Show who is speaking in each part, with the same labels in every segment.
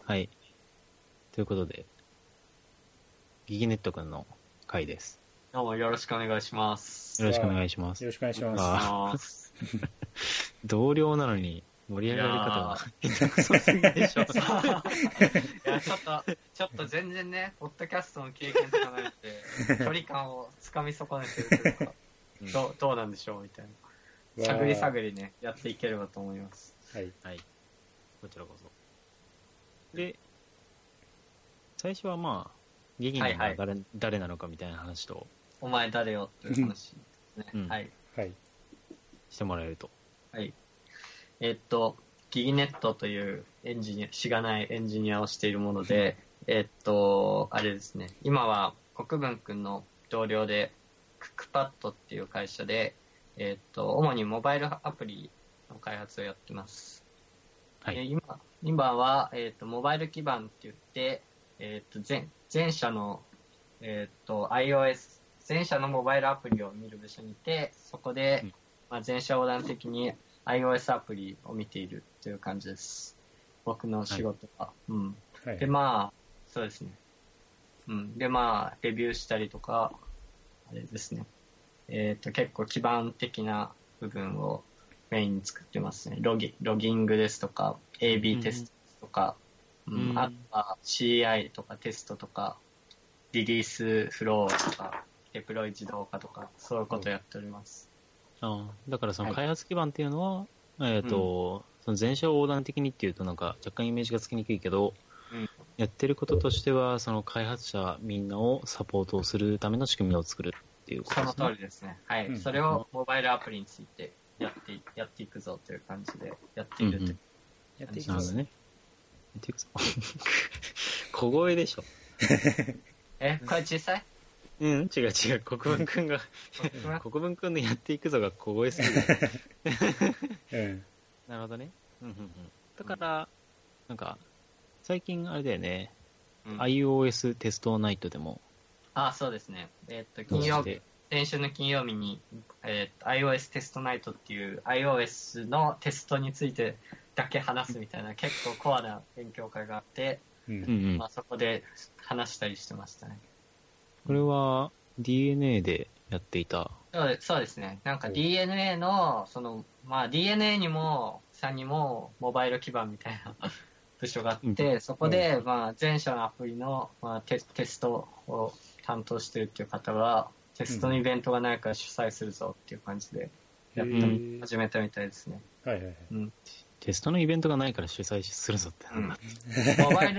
Speaker 1: はい。ということで、ギギネットくんの回です。
Speaker 2: どうもよろしくお願いします。
Speaker 1: よろしくお願いします。
Speaker 3: よろしくお願いします。
Speaker 1: 同僚なのに盛り上がり方が下手くそすぎでしょ。い
Speaker 2: や、ちょっと全然ね、ポッドキャストの経験とかないって、距離感をつかみ損ねてるというか、どうなんでしょうみたいな。探りね、やっていければと思います。
Speaker 3: はい。
Speaker 1: はい。こちらこそ。で、最初はまあ、ギギネが誰なのかみたいな話と、
Speaker 2: お前誰よっていう話ですね。はい。
Speaker 3: はい。
Speaker 1: してもらえると。
Speaker 2: はい。ギギネットというしがないエンジニアをしているもので、あれですね。今は国分くんの同僚で、クックパッドっていう会社で、主にモバイルアプリの開発をやってます。
Speaker 1: はい。
Speaker 2: 今は、モバイル基盤って言って、前社の、iOS、前社のモバイルアプリを見る部署にいて、そこで、全社横断的に iOS アプリを見ているという感じです。僕の仕事は。はい、で、まあ、そうですね。で、まあ、レビューしたりとか、あれですね。結構基盤的な部分をメインに作ってますね。ロギングですとか、AB テストとか、あとは CI とかテストとか、リリースフローとか、デプロイ自動化とか、そういうことをやっております。
Speaker 1: だからその開発基盤っていうのは、その全社横断的にっていうとなんか若干イメージがつきにくいけど、やってることとしては、その開発者みんなをサポートをするための仕組みを作るっていうことですね。
Speaker 2: その通りですね。はい。それをモバイルアプリについてやっていくぞという感じでやっているという。
Speaker 3: やっていくぞ。
Speaker 1: ね。やっていくぞ。小声でしょ。
Speaker 2: これ小さい？
Speaker 1: 違う。国分くんのやっていくぞが小声すぎる。なるほどね。だから、なんか、最近あれだよね、iOS テストナイトでも。
Speaker 2: そうですね。先週の金曜日に、iOS テストナイトっていう iOS のテストについてだけ話すみたいな結構コアな勉強会があって、そこで話したりしてましたね。
Speaker 1: これは DNA でやっていた。
Speaker 2: そうですね。なんか DNA の、DNA にも、さんにもモバイル基盤みたいな部署があって、そこで、前社のアプリの、テストを担当してるっていう方は、テストのイベントがないから主催するぞっていう感じで、始めたみたいですね。
Speaker 1: テストのイベントがないから主催するぞってなんだって、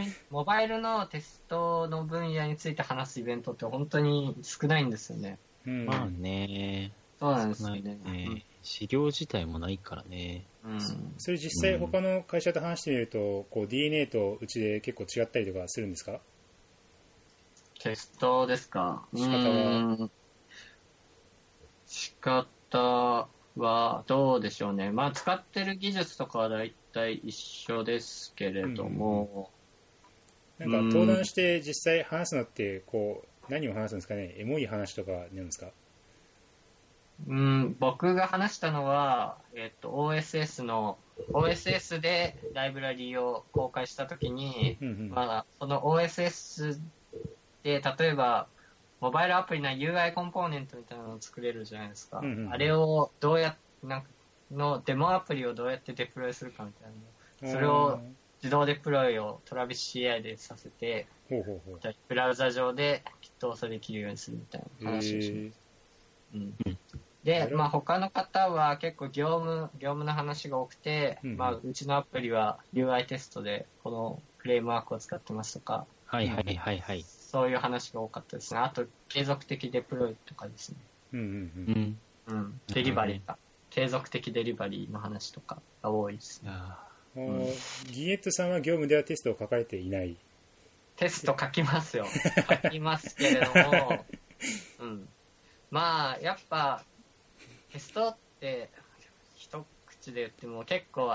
Speaker 2: モバイルのテストの分野について話すイベントって本当に少ないんですよね。
Speaker 1: まあね。
Speaker 2: そうなんですよね。
Speaker 1: 資料自体もないからね。
Speaker 3: それ実際他の会社と話してみると、DNA とうちで結構違ったりとかするんですか？
Speaker 2: テストですか？仕方はどうでしょうね。使ってる技術とかはだいたい一緒ですけれども、
Speaker 3: なんか登壇して実際話すのって何を話すんですかね？エモい話とかなんですか？
Speaker 2: 僕が話したのは、OSS でライブラリーを公開したときに、その OSS で、例えば、モバイルアプリの UI コンポーネントみたいなのを作れるじゃないですか。あれをのデモアプリをどうやってデプロイするかみたいな。それを自動デプロイを TravisCI でさせて、ブラウザ上できっとそれできるようにするみたいな話をします。で、他の方は結構業務の話が多くて、うちのアプリは UI テストでこのフレームワークを使ってますとか、そういう話が多かったですね。あと、継続的デプロイとかですね。デリバリーか。継続的デリバリーの話とかが多いですね。
Speaker 3: ギゲットさんは業務ではテストを書かれていない？
Speaker 2: テスト書きますよ。書きますけれども、やっぱ、テストって一口で言っても結構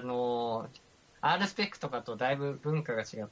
Speaker 2: R スペックとかとだいぶ文化が違って、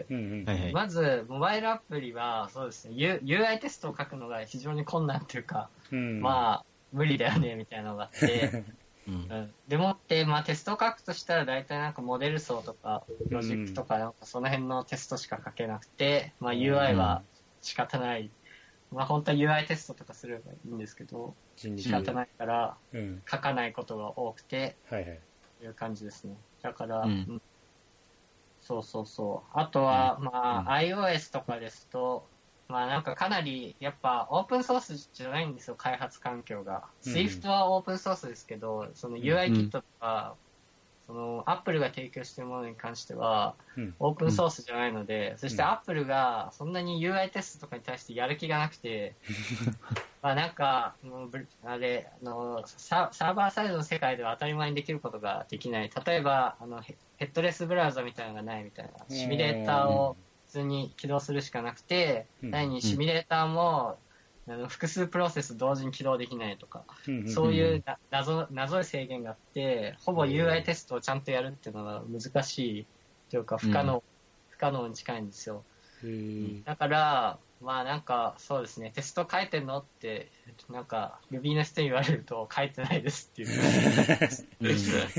Speaker 2: まずモバイルアプリはそうですね、UI テストを書くのが非常に困難というか、無理だよねみたいなのがあってでもって、まあテストを書くとしたら大体なんかモデル層とかロジックとかなんかその辺のテストしか書けなくて、まあ UI は仕方ない。まあ本当は UI テストとかすればいいんですけど、仕方ないから書かないことが多くて、いう感じですね。だから、そうそうそう。あとは、まあ iOS とかですと、まあなんかかなりやっぱオープンソースじゃないんですよ、開発環境が。Swift はオープンソースですけど、その UI キットとか、その Apple が提供しているものに関しては、オープンソースじゃないので、そして Apple がそんなに UI テストとかに対してやる気がなくて、まあなんか、あれ、サーバーサイドの世界では当たり前にできることができない。例えば、ヘッドレスブラウザみたいなのがないみたいな、シミュレーターを普通に起動するしかなくて、第にシミュレーターも、複数プロセス同時に起動できないとか、そういう謎い制限があって、ほぼ UI テストをちゃんとやるっていうのは難しいというか不可能に近いんですよ。だから、まあなんかそうですね、テスト書いてんのって、なんか Ruby の人に言われると書いてないですっていう。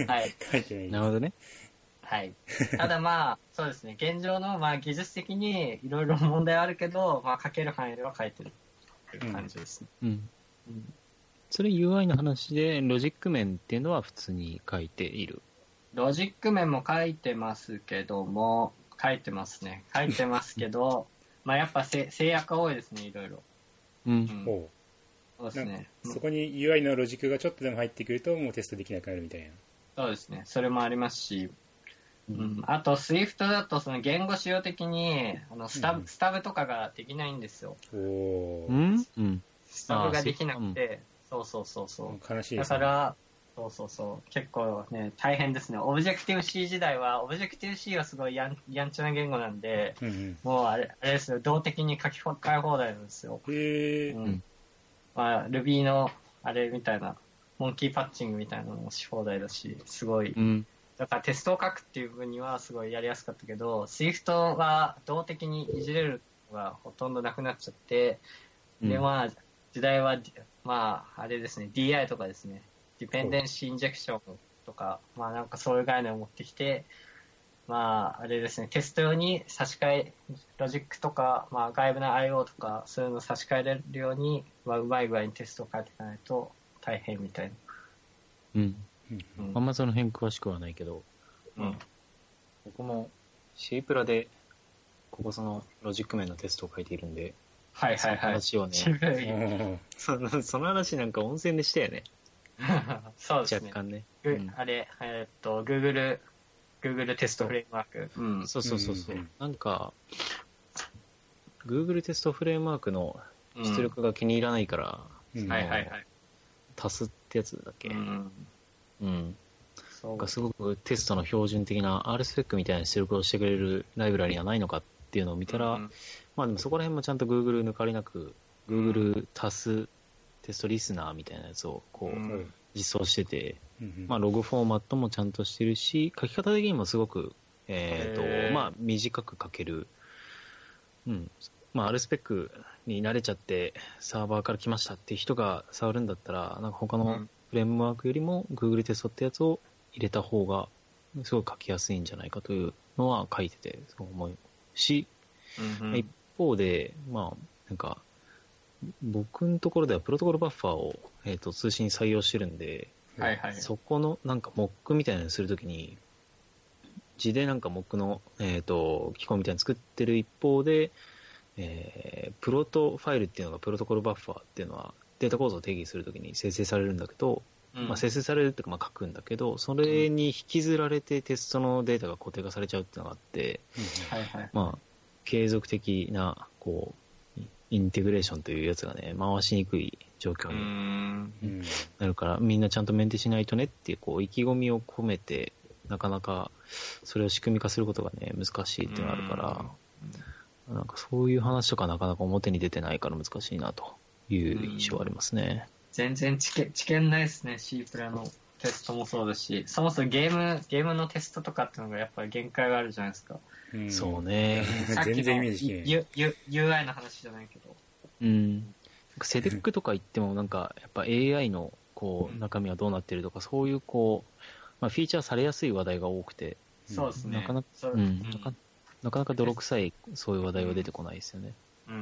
Speaker 2: はい。
Speaker 3: 書いてない。
Speaker 1: なるほどね。
Speaker 2: はい。ただまあ、そうですね、現状のまあ技術的にいろいろ問題あるけど、まあ書ける範囲では書いてるっていう感じですね。
Speaker 1: それ UI の話で、ロジック面っていうのは普通に書いている？
Speaker 2: ロジック面も書いてますけども、書いてますけど、まあやっぱ制約が多いですね、いろいろ。そうですね。
Speaker 3: そこに UI のロジックがちょっとでも入ってくると、もうテストできなくなるみたいな。
Speaker 2: そうですね。それもありますし、あと Swift だとその言語仕様的にスタブとかができないんですよ。スタブができなくて、そう。
Speaker 3: 悲しいですね。
Speaker 2: だから、結構ね、大変ですね。オブジェクティブ C 時代は、オブジェクティブ C はすごいやんちゃな言語なんで、もうあれですよ、動的に書き換え放題なんですよ。まあ、Ruby のあれみたいな、モンキーパッチングみたいなのもし放題だし、すごい。だからテストを書くっていう分にはすごいやりやすかったけど、Swift は動的にいじれるのがほとんどなくなっちゃって、で、まあ、時代は、まあ、あれですね、DI とかですね、ディペンデンシーインジェクションとか、まあなんかそういう概念を持ってきて、まあ、あれですね、テスト用に差し替え、ロジックとか、まあ外部の IO とか、そういうのを差し替えれるように、まあうまい具合にテストを書いていかないと大変みたいな。
Speaker 1: あんまその辺詳しくはないけど、僕も C プラで、ここそのロジック面のテストを書いているんで、その話をね、その話なんか温泉でしたよね。
Speaker 2: そうですね。
Speaker 1: 若干ね。
Speaker 2: あれ、Google テストフレームワーク。
Speaker 1: そう。なんか、Google テストフレームワークの出力が気に入らないから、足すってやつだっけ。なんかすごくテストの標準的な RSpec みたいな出力をしてくれるライブラリはないのかっていうのを見たら、まあでもそこら辺もちゃんと Google 抜かりなく、Google 足すテストリスナーみたいなやつをこう実装してて、まあログフォーマットもちゃんとしてるし、書き方的にもすごく、まあ短く書ける。まあ RSpec に慣れちゃってサーバーから来ましたっていう人が触るんだったら、なんか他のフレームワークよりも Google テストってやつを入れた方がすごい書きやすいんじゃないかというのは書いててそう思うし、一方で、まあなんか僕のところではプロトコルバッファーを、通信採用してるんで、そこのなんかモックみたいなのをするときに字でなんかモックの、機構みたいなの作ってる一方で、プロトファイルっていうのがプロトコルバッファーっていうのはデータ構造を定義するときに生成されるんだけど、まあ、生成されるっていうかまあ書くんだけど、それに引きずられてテストのデータが固定化されちゃうっていうのがあって、まあ継続的なこうインテグレーションというやつがね回しにくい状況になるから、みんなちゃんとメンテしないとねっていうこう意気込みを込めてなかなかそれを仕組み化することがね難しいっていうのがあるから、なんかそういう話とかなかなか表に出てないから難しいなという印象はありますね。
Speaker 2: 全然知見ないですね。 C プラのテストもそうだし、そもそもゲームのテストとかっていうのがやっぱり限界があるじゃないですか。
Speaker 1: そうね。
Speaker 2: さっきの UI の話じゃないけど。
Speaker 1: セデックとか言ってもなんかやっぱ AI のこう中身はどうなってるとか、そういうこう、まあ、フィーチャーされやすい話題が多くて、
Speaker 2: そうですね。
Speaker 1: なかなか泥臭いそういう話題は出てこないですよね。
Speaker 2: うんうん。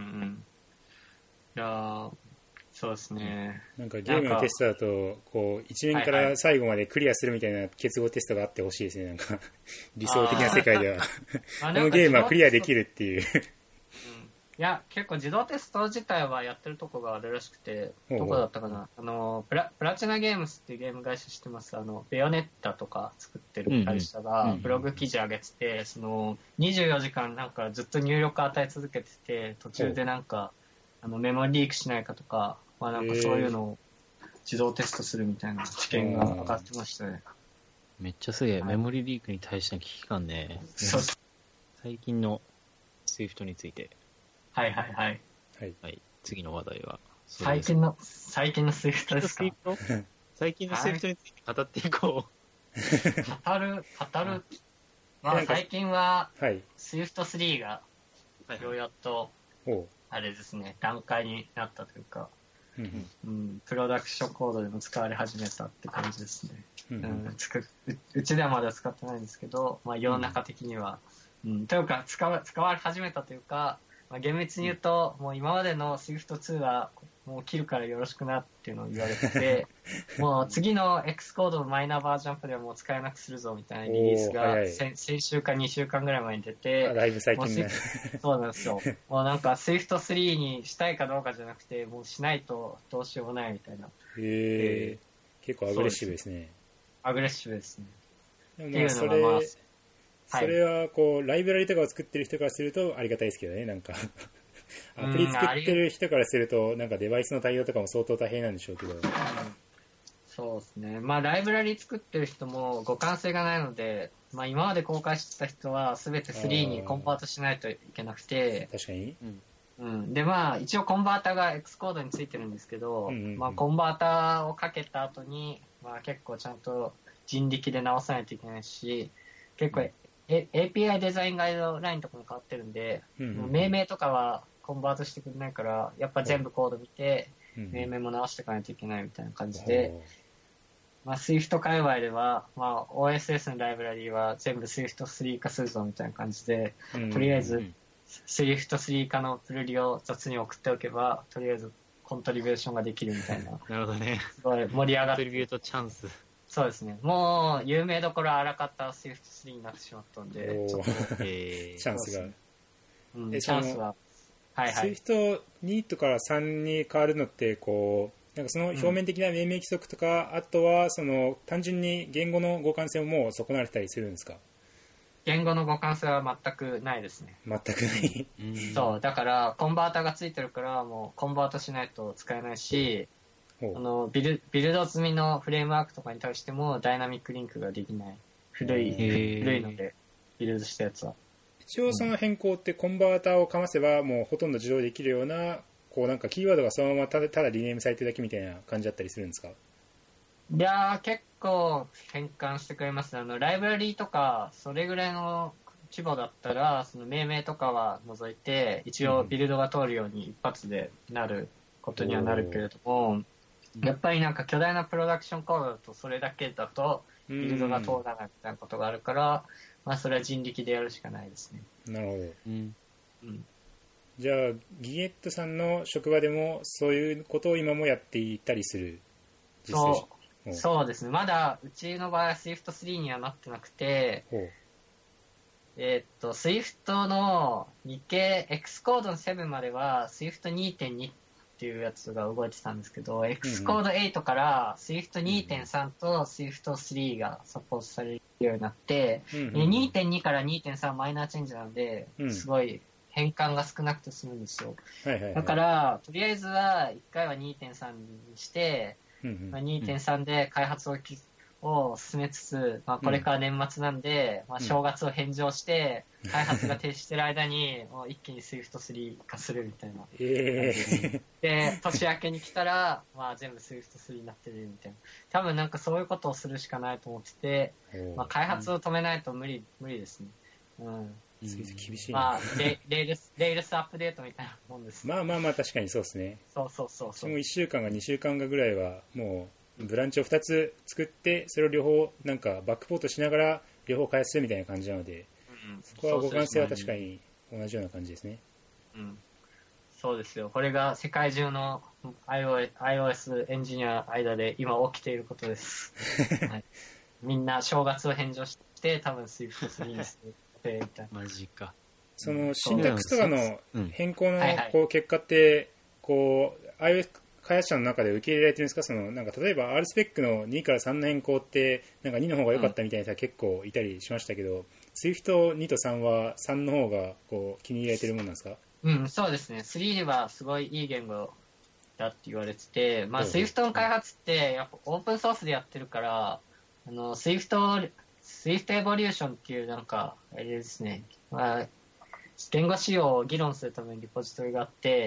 Speaker 2: いやー、そうですね。
Speaker 3: なんかゲームのテストだとこう1面から最後までクリアするみたいな結合テストがあってほしいですね。なんか理想的な世界ではこのゲームはクリアできるっていう
Speaker 2: いや、結構自動テスト自体はやってるとこがあるらしくて、どこだったかな、プラチナゲームスっていうゲーム会社知ってます？ベヨネッタとか作ってる会社がブログ記事上げてて、その24時間なんかずっと入力与え続けてて、途中でなんかメモリリークしないかとか、まあなんかそういうのを自動テストするみたいな知見が上がってましたね。
Speaker 1: めっちゃすげえ、メモリリークに対しての危機感ね。
Speaker 2: そう。
Speaker 1: 最近の SWIFT について。
Speaker 2: はいはいはい。
Speaker 1: はい。次の話題は。
Speaker 2: 最近の SWIFT ですか？
Speaker 1: 最近の SWIFT について語っていこう。
Speaker 2: 語る。まあ最近は SWIFT3 がようやっと、あれですね、段階になったというか、プロダクションコードでも使われ始めたって感じですね。うちではまだ使ってないんですけど、まあ世の中的には、というか使われ始めたというか、まあ、厳密に言うと、もう今までの SWIFT2 はもう切るからよろしくなっていうのを言われてて、もう次の X コードのマイナーバージョンアップではもう使えなくするぞみたいなリリースが先週か2週間ぐらい前に出て、
Speaker 3: だいぶ最近ね。
Speaker 2: そうなんですよ。もうなんか SWIFT3 にしたいかどうかじゃなくて、もうしないとどうしようもないみたいな。
Speaker 3: 結構アグレッシブですね。
Speaker 2: アグレッシブですね。
Speaker 3: でもまあそれはこうライブラリとかを作ってる人からするとありがたいですけどね。なんかアプリ作ってる人からするとなんかデバイスの対応とかも相当大変なんでしょうけど、
Speaker 2: そうですね。まあライブラリ作ってる人も互換性がないので、まあ今まで公開してた人は全て3にコンバートしないといけなくて、
Speaker 3: 確かに、
Speaker 2: でまあ一応コンバータが X コードについてるんですけど、まあコンバータをかけた後に、まあ結構ちゃんと人力で直さないといけないし、結構API デザインガイドラインとかも変わってるんで、命名とかはコンバートしてくれないから、やっぱ全部コード見て、命名も直していかないといけないみたいな感じで、まあ Swift 界隈では、まあ OSS のライブラリーは全部 Swift3 化するぞみたいな感じで、とりあえず Swift3 化のプルリを雑に送っておけば、とりあえずコントリビューションができるみたいな。
Speaker 1: なるほどね。
Speaker 2: すごい盛り上がって。
Speaker 1: コントリビュートチャンス。
Speaker 2: そうですね。もう、有名どころあらかった Swift3 になってしまったんで、ちょっと、
Speaker 3: チャンスが。
Speaker 2: チャンスは。
Speaker 3: Swift2 とか3に変わるのって、こう、なんかその表面的な命名規則とか、あとは、その、単純に言語の互換性も損なわれたりするんですか？
Speaker 2: 言語の互換性は全くないですね。
Speaker 3: 全くない
Speaker 2: そう、だから、コンバーターがついてるから、もう、コンバートしないと使えないし、ビルド済みのフレームワークとかに対してもダイナミックリンクができない。古いので、ビルドしたやつは。
Speaker 3: 一応その変更ってコンバーターをかませばもうほとんど自動できるような、こうなんかキーワードがそのままただリネームされてるだけみたいな感じだったりするんですか？
Speaker 2: いやー、結構変換してくれます。ライブラリーとか、それぐらいの規模だったら、その命名とかは除いて、一応ビルドが通るように一発でなることにはなるけれども、やっぱりなんか巨大なプロダクションコードだとそれだけだとビルドが通らないみたいなことがあるから、まあそれは人力でやるしかないですね。
Speaker 3: なるほど。じゃあギゲットさんの職場でもそういうことを今もやっていたりする？
Speaker 2: そうですね。まだうちの場合は Swift3 にはなってなくて、Swift の日系 X コードの7までは Swift2.2 っていうやつが動いてたんですけど、X コード8から Swift2.3 と Swift3 がサポートされるようになって、2.2 から 2.3 マイナーチェンジなので、すごい変換が少なくて済むんですよ。だから、とりあえずは1回は 2.3 にして、2.3 で開発を進めつつ、まあ、これから年末なんで、まあ、正月を返上して、開発が停止してる間に、もう一気に Swift3 化するみたいな。で、年明けに来たら、まあ、全部 Swift3 になってるみたいな。多分なんかそういうことをするしかないと思ってて、まあ、開発を止めないと無理ですね。
Speaker 3: 厳しい
Speaker 2: まあ、レイルスアップデートみたいなもんです。
Speaker 3: まあ確かにそうですね。
Speaker 2: そう。
Speaker 3: もう1週間か2週間かぐらいはもブランチを2つ作ってそれを両方なんかバックポートしながら両方開発するみたいな感じなので、そこは互換性は確かに同じような感じですね。
Speaker 2: そうですよ。これが世界中の iOS エンジニア間で今起きていることです。はい、みんな正月を返上して多分 Swift3 にするみたいな。
Speaker 1: マジか。
Speaker 3: そのシンタックスとかの変更のこう結果ってこう iOS 開発者の中で受け入れられてるんですか？そのなんか例えば R スペックの2から3の変更ってなんか2の方が良かったみたいな人は結構いたりしましたけど、Swift2 と3は3の方がこう気に入られてるものなんですか？
Speaker 2: そうですね。3はすごいいい言語だって言われてて、まあ Swift の開発ってやっぱオープンソースでやってるから、Swift Evolution っていうなんかあれですね。まあ言語仕様を議論するためにリポジトリがあって、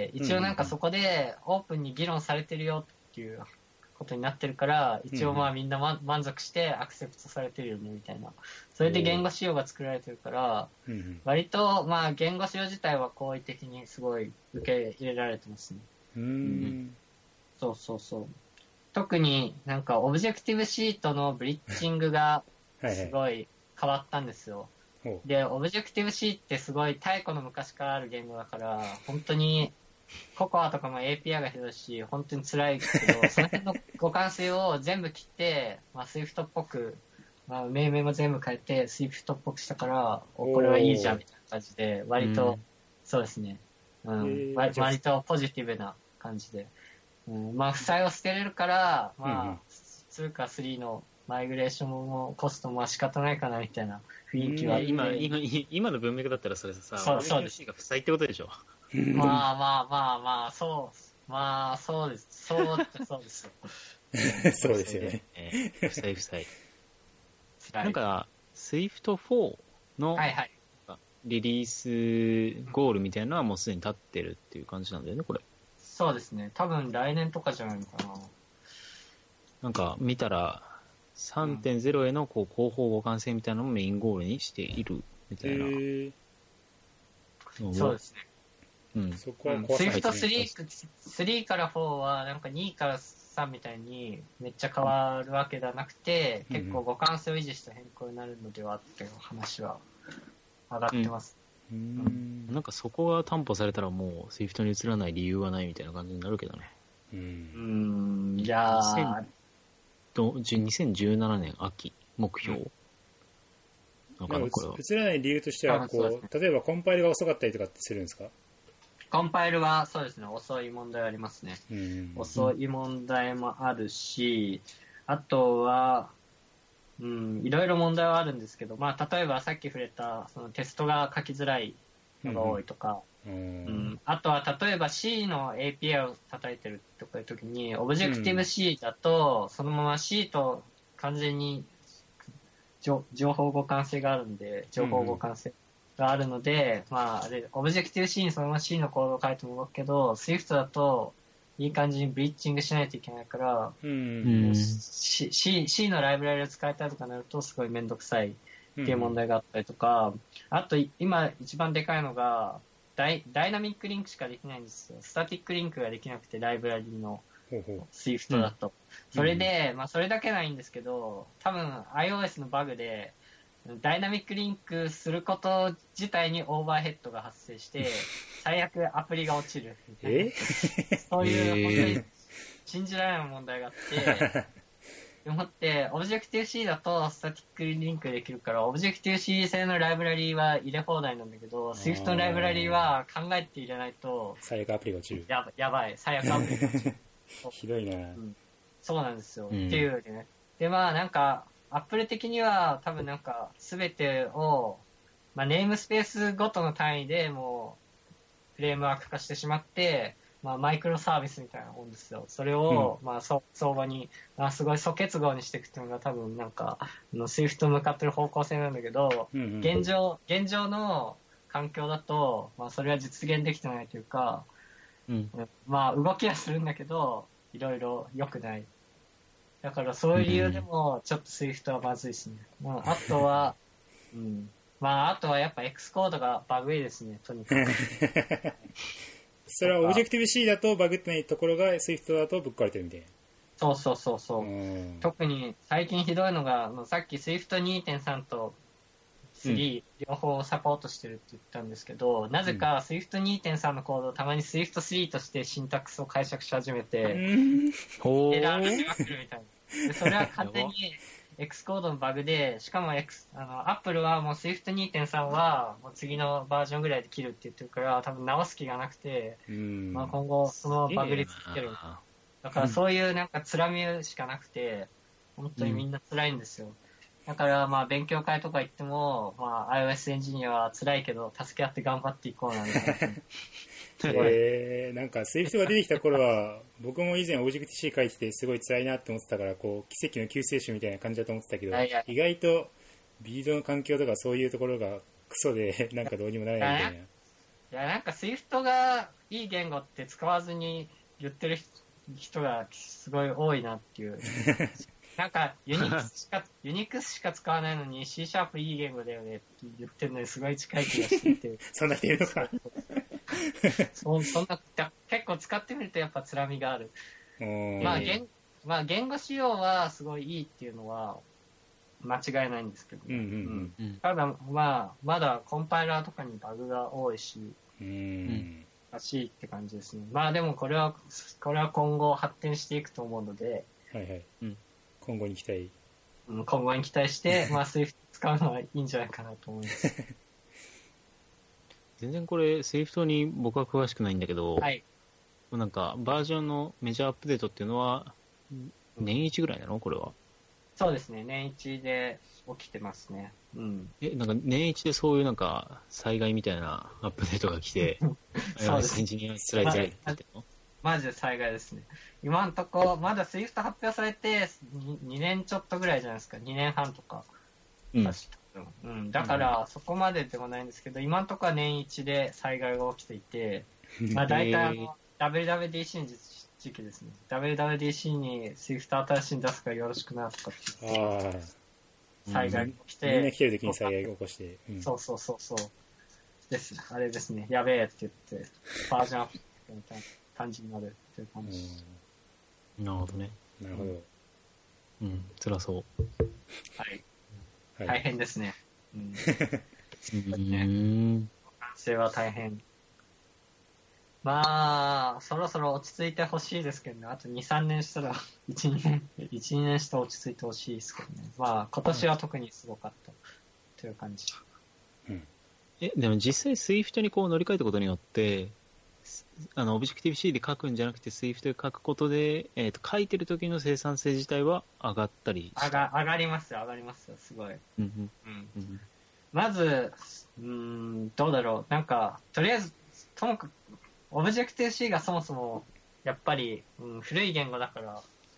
Speaker 2: 一応なんかそこでオープンに議論されてるよっていうことになってるから、一応まあみんな満足してアクセプトされてるよねみたいな。それで言語仕様が作られてるから、割とまあ言語仕様自体は好意的にすごい受け入れられてますね。そうそうそう。特になんかオブジェクティブシートのブリッジングがすごい変わったんですよ。で、オブジェクティブ C ってすごい太古の昔からある言語だから、本当にココアとかも API がひどいし、本当に辛いけど、その辺の互換性を全部切って、まあ、Swift っぽく、まあ、命名も全部変えて Swift っぽくしたから、これはいいじゃんみたいな感じで、割と、そうですね、割とポジティブな感じで、まあ、負債を捨てれるから、まあ、2か3のマイグレーションもコストも仕方ないかなみたいな雰囲気は
Speaker 1: 今の文脈だったらそれさ、
Speaker 2: そうです。
Speaker 1: が負債ってことでしょ。
Speaker 2: まあそうです。そうですよ。
Speaker 3: そうですよね。
Speaker 1: 負債。なんか Swift4 のリリースゴールみたいなのはもうすでに立ってるっていう感じなんだよね、これ。
Speaker 2: そうですね。多分来年とかじゃないのかな。
Speaker 1: なんか見たら 3.0 へのこう広報互換性みたいなのをメインゴールにしているみたいな。
Speaker 2: そうです
Speaker 3: ね。そこは怖さ
Speaker 2: Swift 3から4はなんか2から3みたいにめっちゃ変わるわけではなくて、結構互換性を維持した変更になるのではっていう話は上がってます。
Speaker 1: なんかそこが担保されたらもう Swift に移らない理由はないみたいな感じになるけどね。
Speaker 2: いやー。
Speaker 1: 2017年秋目標、なんかこれは
Speaker 3: 移らない理由としてはこう、例えばコンパイルが遅かったりとかってするんですか？
Speaker 2: コンパイルはそうですね、遅い問題ありますね。遅い問題もあるし、あとは、いろいろ問題はあるんですけど、まあ例えばさっき触れたそのテストが書きづらいのが多いとか、あとは例えば C の API を叩いてるとかいう時に、オブジェクティブ C だと、そのまま C と完全に情報互換性があるんで、情報互換性があるので、まあ、オブジェクティブ C にそのまま C のコードを書いても動くけど、Swift だと、いい感じにブリッジングしないといけないから、C のライブラリを使いたいとかなると、すごいめんどくさいっていう問題があったりとか、あと、今一番でかいのが、ダイナミックリンクしかできないんですよ。スタティックリンクができなくて、ライブラリの Swift だと。それで、まあ、それだけないんですけど、多分 iOS のバグで、ダイナミックリンクすること自体にオーバーヘッドが発生して、最悪アプリが落ちるみたいな。そういう、本当に信じられない問題があって、でもって、オブジェクティブ C だとスタティックリンクできるから、オブジェクティブ C 製のライブラリは入れ放題なんだけど、Swift のライブラリは考えて入れないと、
Speaker 3: 最悪アプリが落ちる。
Speaker 2: やばい、最悪アプリが落ちる。
Speaker 3: ひどいな、
Speaker 2: そうなんですよ。っていうよりね。で、まあなんか、アップル的には多分なんか、すべてを、まあネームスペースごとの単位でもう、フレームワーク化してしまって、まあ、マイクロサービスみたいなもんですよ。それを、まあ、相場に、すごい素結合にしていくっていうのが多分なんか、Swift 向かってる方向性なんだけど、現状の環境だと、まあ、それは実現できてないというか、まあ、動きはするんだけど、いろいろ良くない。だからそういう理由でも、ちょっと Swift はまずいですね。あとは、まあ、あとはやっぱ X コードがバグいですね、とにかく。
Speaker 3: それはオブジェクティブ C だとバグってないところが Swift だとぶっ壊れてるみたいな。
Speaker 2: そうそうそうそう。特に最近ひどいのが、さっき Swift2.3 と3、両方サポートしてるって言ったんですけど、なぜか Swift2.3 のコードをたまに Swift3 としてシンタックスを解釈し始めて、エラーが出まくるみたいな。でそれは完全に X コードのバグで、しかもApple はもう Swift2.3 はもう次のバージョンぐらいで切るって言ってるから、多分直す気がなくて、まあ、今後そのバグに続ける。だからそういうなんか辛みしかなくて、本当にみんな辛いんですよ。だからまあ勉強会とか行っても、まあ iOS エンジニアは辛いけど、助け合って頑張っていこうなんて。
Speaker 3: なんか Swift が出てきた頃は、僕も以前 Objective-C 書いててすごい辛いなって思ってたから、こう、奇跡の救世主みたいな感じだと思ってたけど、意外とビードの環境とかそういうところがクソで、なんかどうにもならないみたいな。
Speaker 2: いや、なんか Swift がいい言語って使わずに言ってる人がすごい多いなっていう。なんかユニクスしか使わないのに C# いい言語だよねって言ってるのにすごい近い気がしていて。
Speaker 3: そんな人いるのか。
Speaker 2: そんな、結構使ってみるとやっぱ辛みがある。まあ言語仕様はすごいいいっていうのは間違いないんですけど、ただまあまだコンパイラーとかにバグが多いし、らしいって感じですね。まあでもこれは今後発展していくと思うので、
Speaker 3: はいはい。今後に期待。
Speaker 2: 今後に期待して、まあ Swift 使うのはいいんじゃないかなと思います。
Speaker 1: 全然これ Swift に僕は詳しくないんだけど、
Speaker 2: はい。
Speaker 1: なんかバージョンのメジャーアップデートっていうのは年一ぐらいなのこれは。
Speaker 2: そうですね、年一で起きてますね。
Speaker 1: なんか年一でそういうなんか災害みたいなアップデートが来て、iOS エンジニアつらいって言ってるの？
Speaker 2: マジで災害ですね。今んとこ、まだ Swift 発表されて2年ちょっとぐらいじゃないですか。2年半とか。だから、そこまででもないんですけど、今んとこは年一で災害が起きていて、まあ大体WWDC の時期ですね。WWDC に Swift 新しいの出すからよろしくなとかって言って、災害が起きて。
Speaker 3: みんな来てる時に災害が起こして。
Speaker 2: そう。です。あれですね。やべえって言って、バージョンアップみたいな感じになるっていう感じ。
Speaker 1: なるほどね。
Speaker 3: なるほど。
Speaker 1: 辛そう。
Speaker 2: はい。大変ですね。
Speaker 1: 完
Speaker 2: 成は大変。まあ、そろそろ落ち着いてほしいですけどね。あと2、3年したら、1、2年したら落ち着いてほしいですけどね。まあ、今年は特にすごかったという感じ。
Speaker 1: でも実際 Swift にこう乗り換えたことによって、Objective-C で書くんじゃなくて Swift で書くことで、書いてる時の生産性自体は上がったり
Speaker 2: 上がりますよ、すごい。まず、どうだろう。なんか、とりあえず、ともかく、Objective-C がそもそも、やっぱり、古い言語だから、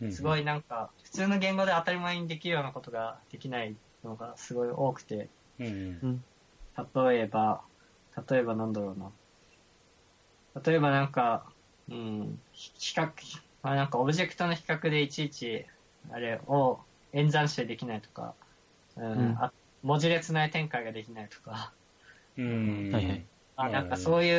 Speaker 2: すごいなんか、普通の言語で当たり前にできるようなことができないのがすごい多くて、例えばなんだろうな。例えばなんか、比較、なんかオブジェクトの比較でいちいち、あれを演算子でできないとか、文字列内展開ができないとか、なんかそういう、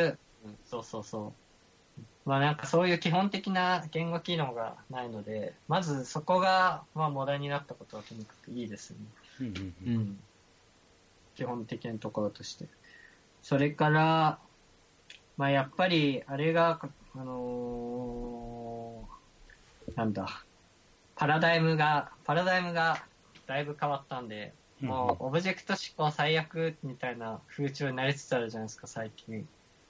Speaker 2: まあなんかそういう基本的な言語機能がないので、まずそこが、まあモダンになったことはとにかくいいですね。基本的なところとして。それから、まあやっぱり、あれが、なんだ、パラダイムがだいぶ変わったんで、もうオブジェクト思考最悪みたいな風潮になりつつあるじゃないですか、最近。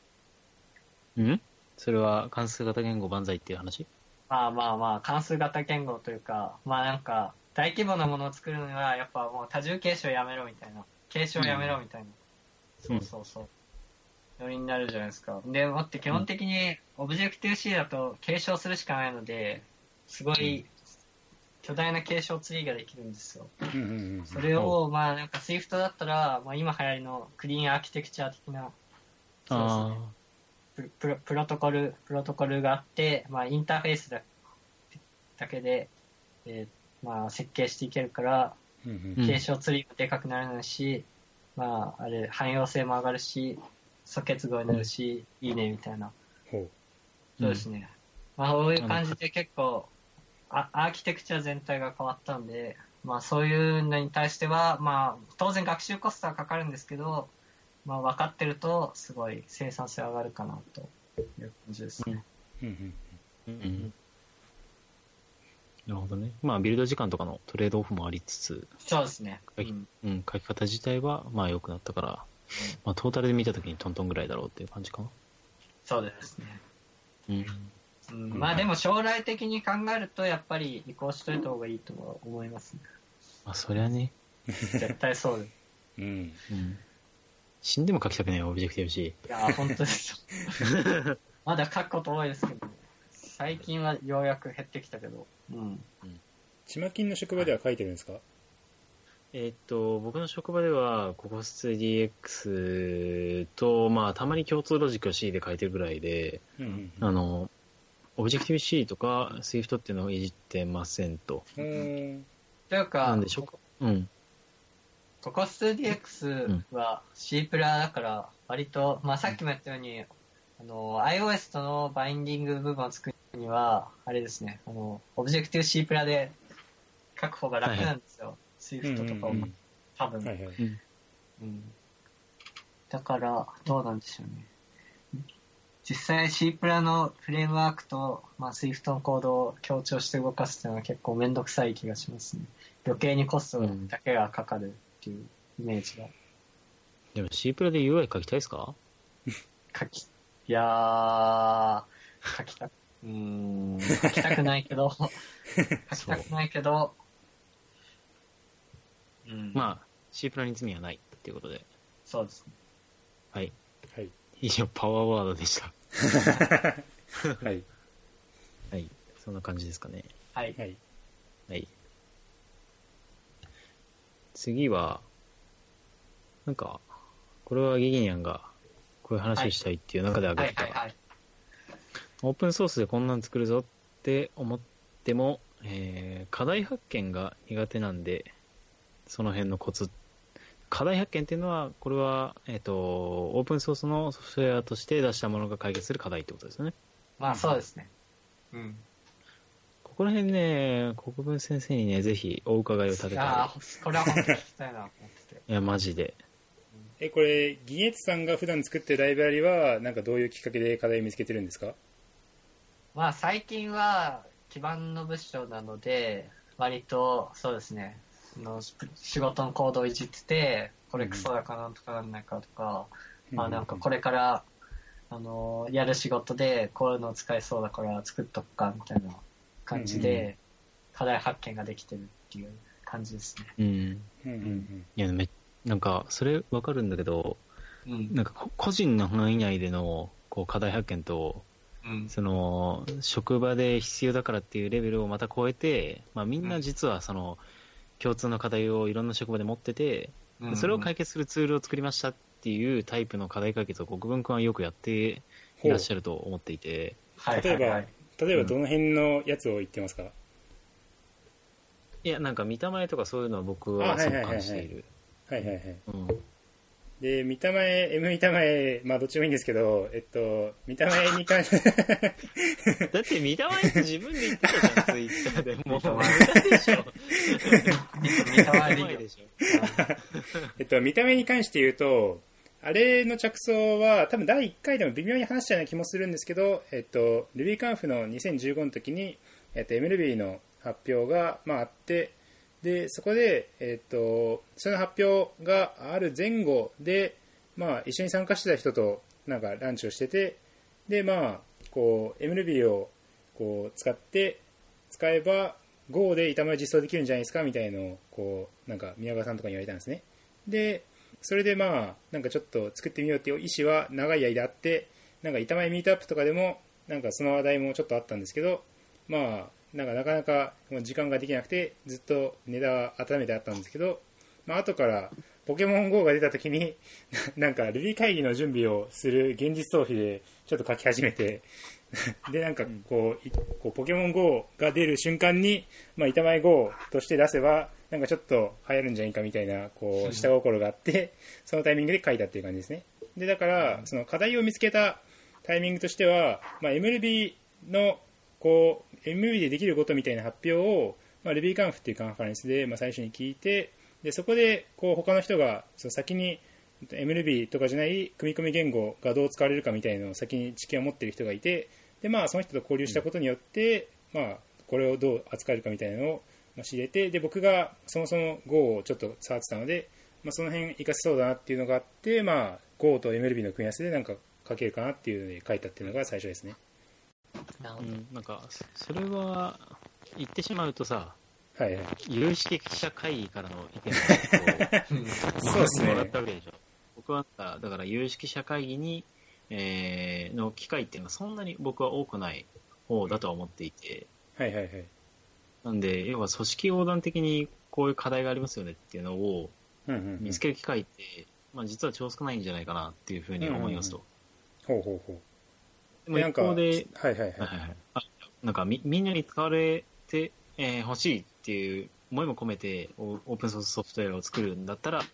Speaker 1: それは関数型言語万歳っていう話？
Speaker 2: まあ、関数型言語というか、まあなんか、大規模なものを作るのには、やっぱもう多重継承やめろみたいな。継承やめろみたいな。ノリになるじゃないですか。で、もって基本的に、オブジェクティブ C だと継承するしかないので、すごい、巨大な継承ツリーができるんですよ。それを、まあなんか Swift だったら、まあ今流行りのクリーンアーキテクチャ的な、プロトコルがあって、まあインターフェースだけで、まあ設計していけるから、継承ツリーもでかくならないし、まああれ、汎用性も上がるし、素結合になるし、いいねみたいな。そうですね。まあこういう感じで結構、 アーキテクチャ全体が変わったんで、まあそういうのに対しては、まあ当然学習コストはかかるんですけど、まあ分かってるとすごい生産性上がるかなという感じですね。
Speaker 1: なるほどね。まあビルド時間とかのトレードオフもありつつ、
Speaker 2: そうですね。
Speaker 1: 書き方自体はまあ良くなったから、まあトータルで見たときにトントンぐらいだろうっていう感じかな。
Speaker 2: そうですね。まあでも将来的に考えるとやっぱり移行しといた方がいいとは思いますね。
Speaker 1: まあそりゃね。
Speaker 2: 絶対そうです。
Speaker 1: 死んでも書きたくないオブジェクティブ C。
Speaker 2: いやー、本当ですよ。まだ書くこと多いですけど、最近はようやく減ってきたけど。
Speaker 3: ちまきんの職場では書いてるんですか？
Speaker 1: 僕の職場では、ココス 2DX と、まあ、たまに共通ロジックを C で書いてるぐらいで、オブジェクティブ C とか Swift っていうのをいじってませんと。
Speaker 2: というか、
Speaker 1: なんでしょうか。
Speaker 2: ココス 2DX は C プラだから、割と、まあ、さっきも言ったように、iOS とのバインディング部分を作るには、あれですね、オブジェクティブ C プラで書く方が楽なんですよ。Swift とかも、多分。だから、どうなんでしょうね。実際 C プラのフレームワークと、まあ、Swift のコードを強調して動かすっていうのは結構めんどくさい気がしますね。余計にコストだけがかかるっていうイメージが。
Speaker 1: でも C プラで UI 書きたいですか？
Speaker 2: いやー、書きたくないけど、
Speaker 1: まあ、C プラに罪はないっていうことで。
Speaker 2: そうですね。
Speaker 1: はい。以上、パワーワードでした。はい。そんな感じですかね。
Speaker 2: はい。
Speaker 1: 次は、なんか、これはギギニャンがこういう話をしたいっていう中で挙げてた、オープンソースでこんなん作るぞって思っても、課題発見が苦手なんで、その辺のコツ。課題発見っていうのは、これは、オープンソースのソフトウェアとして出したものが解決する課題ってことですよね。
Speaker 2: まあそうですね。
Speaker 1: ここら辺ね、国分先生にね、ぜひお伺いを立てたい。
Speaker 2: これは本当に聞きたいなと思ってて。
Speaker 1: いや、マジで。
Speaker 3: これ、ギゲツさんが普段作ってるライブラリは、なんかどういうきっかけで課題を見つけてるんですか？
Speaker 2: まあ最近は基盤の部署なので、割とそうですね、仕事のコードをいじってて、これクソだかなんとかなんないかとか、まあなんかこれから、やる仕事でこういうのを使えそうだから作っとくかみたいな感じで、課題発見ができてるっていう感じですね。
Speaker 1: いや、なんか、それわかるんだけど、なんか個人の範囲内でのこう課題発見と、その職場で必要だからっていうレベルをまた超えて、まあ、みんな実はその共通の課題をいろんな職場で持ってて、それを解決するツールを作りましたっていうタイプの課題解決を国分君はよくやっていらっしゃると思っていて、
Speaker 3: 例えばどの辺のやつを言ってますか？
Speaker 1: いや、なんか見た目とかそういうのは僕はすごく感じている。
Speaker 3: で、見た目、まあどっちもいいんですけど、見た目に関して。
Speaker 1: だって見た目って自分で言ってたじゃん、ツイッターで。もう無駄でしょ。
Speaker 2: 見た目でし
Speaker 3: ょ。見た目に関して言うと、あれの着想は多分第1回でも微妙に話したような気もするんですけど、RubyConf の2015の時に、MLB の発表が、まあ、あって、でそこで、その発表がある前後で、まあ、一緒に参加してた人となんかランチをしてて、で、まあ、こう MLB をこう使えば Go で板前実装できるんじゃないですかみたいのをこうなんか宮川さんとかに言われたんですね。でそれでまあなんかちょっと作ってみようっていう意思は長い間あって、なんか板前ミートアップとかでもなんかその話題もちょっとあったんですけど、まあなかなか時間ができなくてずっとネタは温めてあったんですけど、まあ後からポケモン GO が出た時になんか Ruby 会議の準備をする現実逃避でちょっと書き始めてでなんかこうポケモン GO が出る瞬間に、まあ、板前 GO として出せばなんかちょっと流行るんじゃないかみたいなこう下心があってそのタイミングで書いたっていう感じですね。でだからその課題を見つけたタイミングとしては、まあ、MLB のこう MLB でできることみたいな発表を、RubyConf っていうカンファレンスで、最初に聞いて、でそこでこう他の人がその先に MLB とかじゃない組み込み言語がどう使われるかみたいなのを先に知見を持っている人がいて、でその人と交流したことによって、これをどう扱えるかみたいなのを知れて、で僕がそもそも Go をちょっと触ってたので、その辺活かせそうだなっていうのがあって、Go と MLB の組み合わせでなんか書けるかなっていうので書いたっていうのが最初ですね。
Speaker 1: なんかそれは言ってしまうとさ、
Speaker 3: はいはい、
Speaker 1: 有識者会議からの意見を
Speaker 3: そうですね、
Speaker 1: もらったわけでしょ。僕はだから有識者会議に、の機会っていうのはそんなに僕は多くない方だとは思っていて、
Speaker 3: はいはいはい、
Speaker 1: なんで要は組織横断的にこういう課題がありますよねっていうのを見つける機会って、実は超少ないんじゃないかなっていうふうに思いますと。
Speaker 3: ほうほうほう。
Speaker 1: でも一方で、
Speaker 3: はいはいはい、
Speaker 1: なんかみんなに使われて欲しいっていう思いも込めてオープンソースソフトウェアを作るんだったら、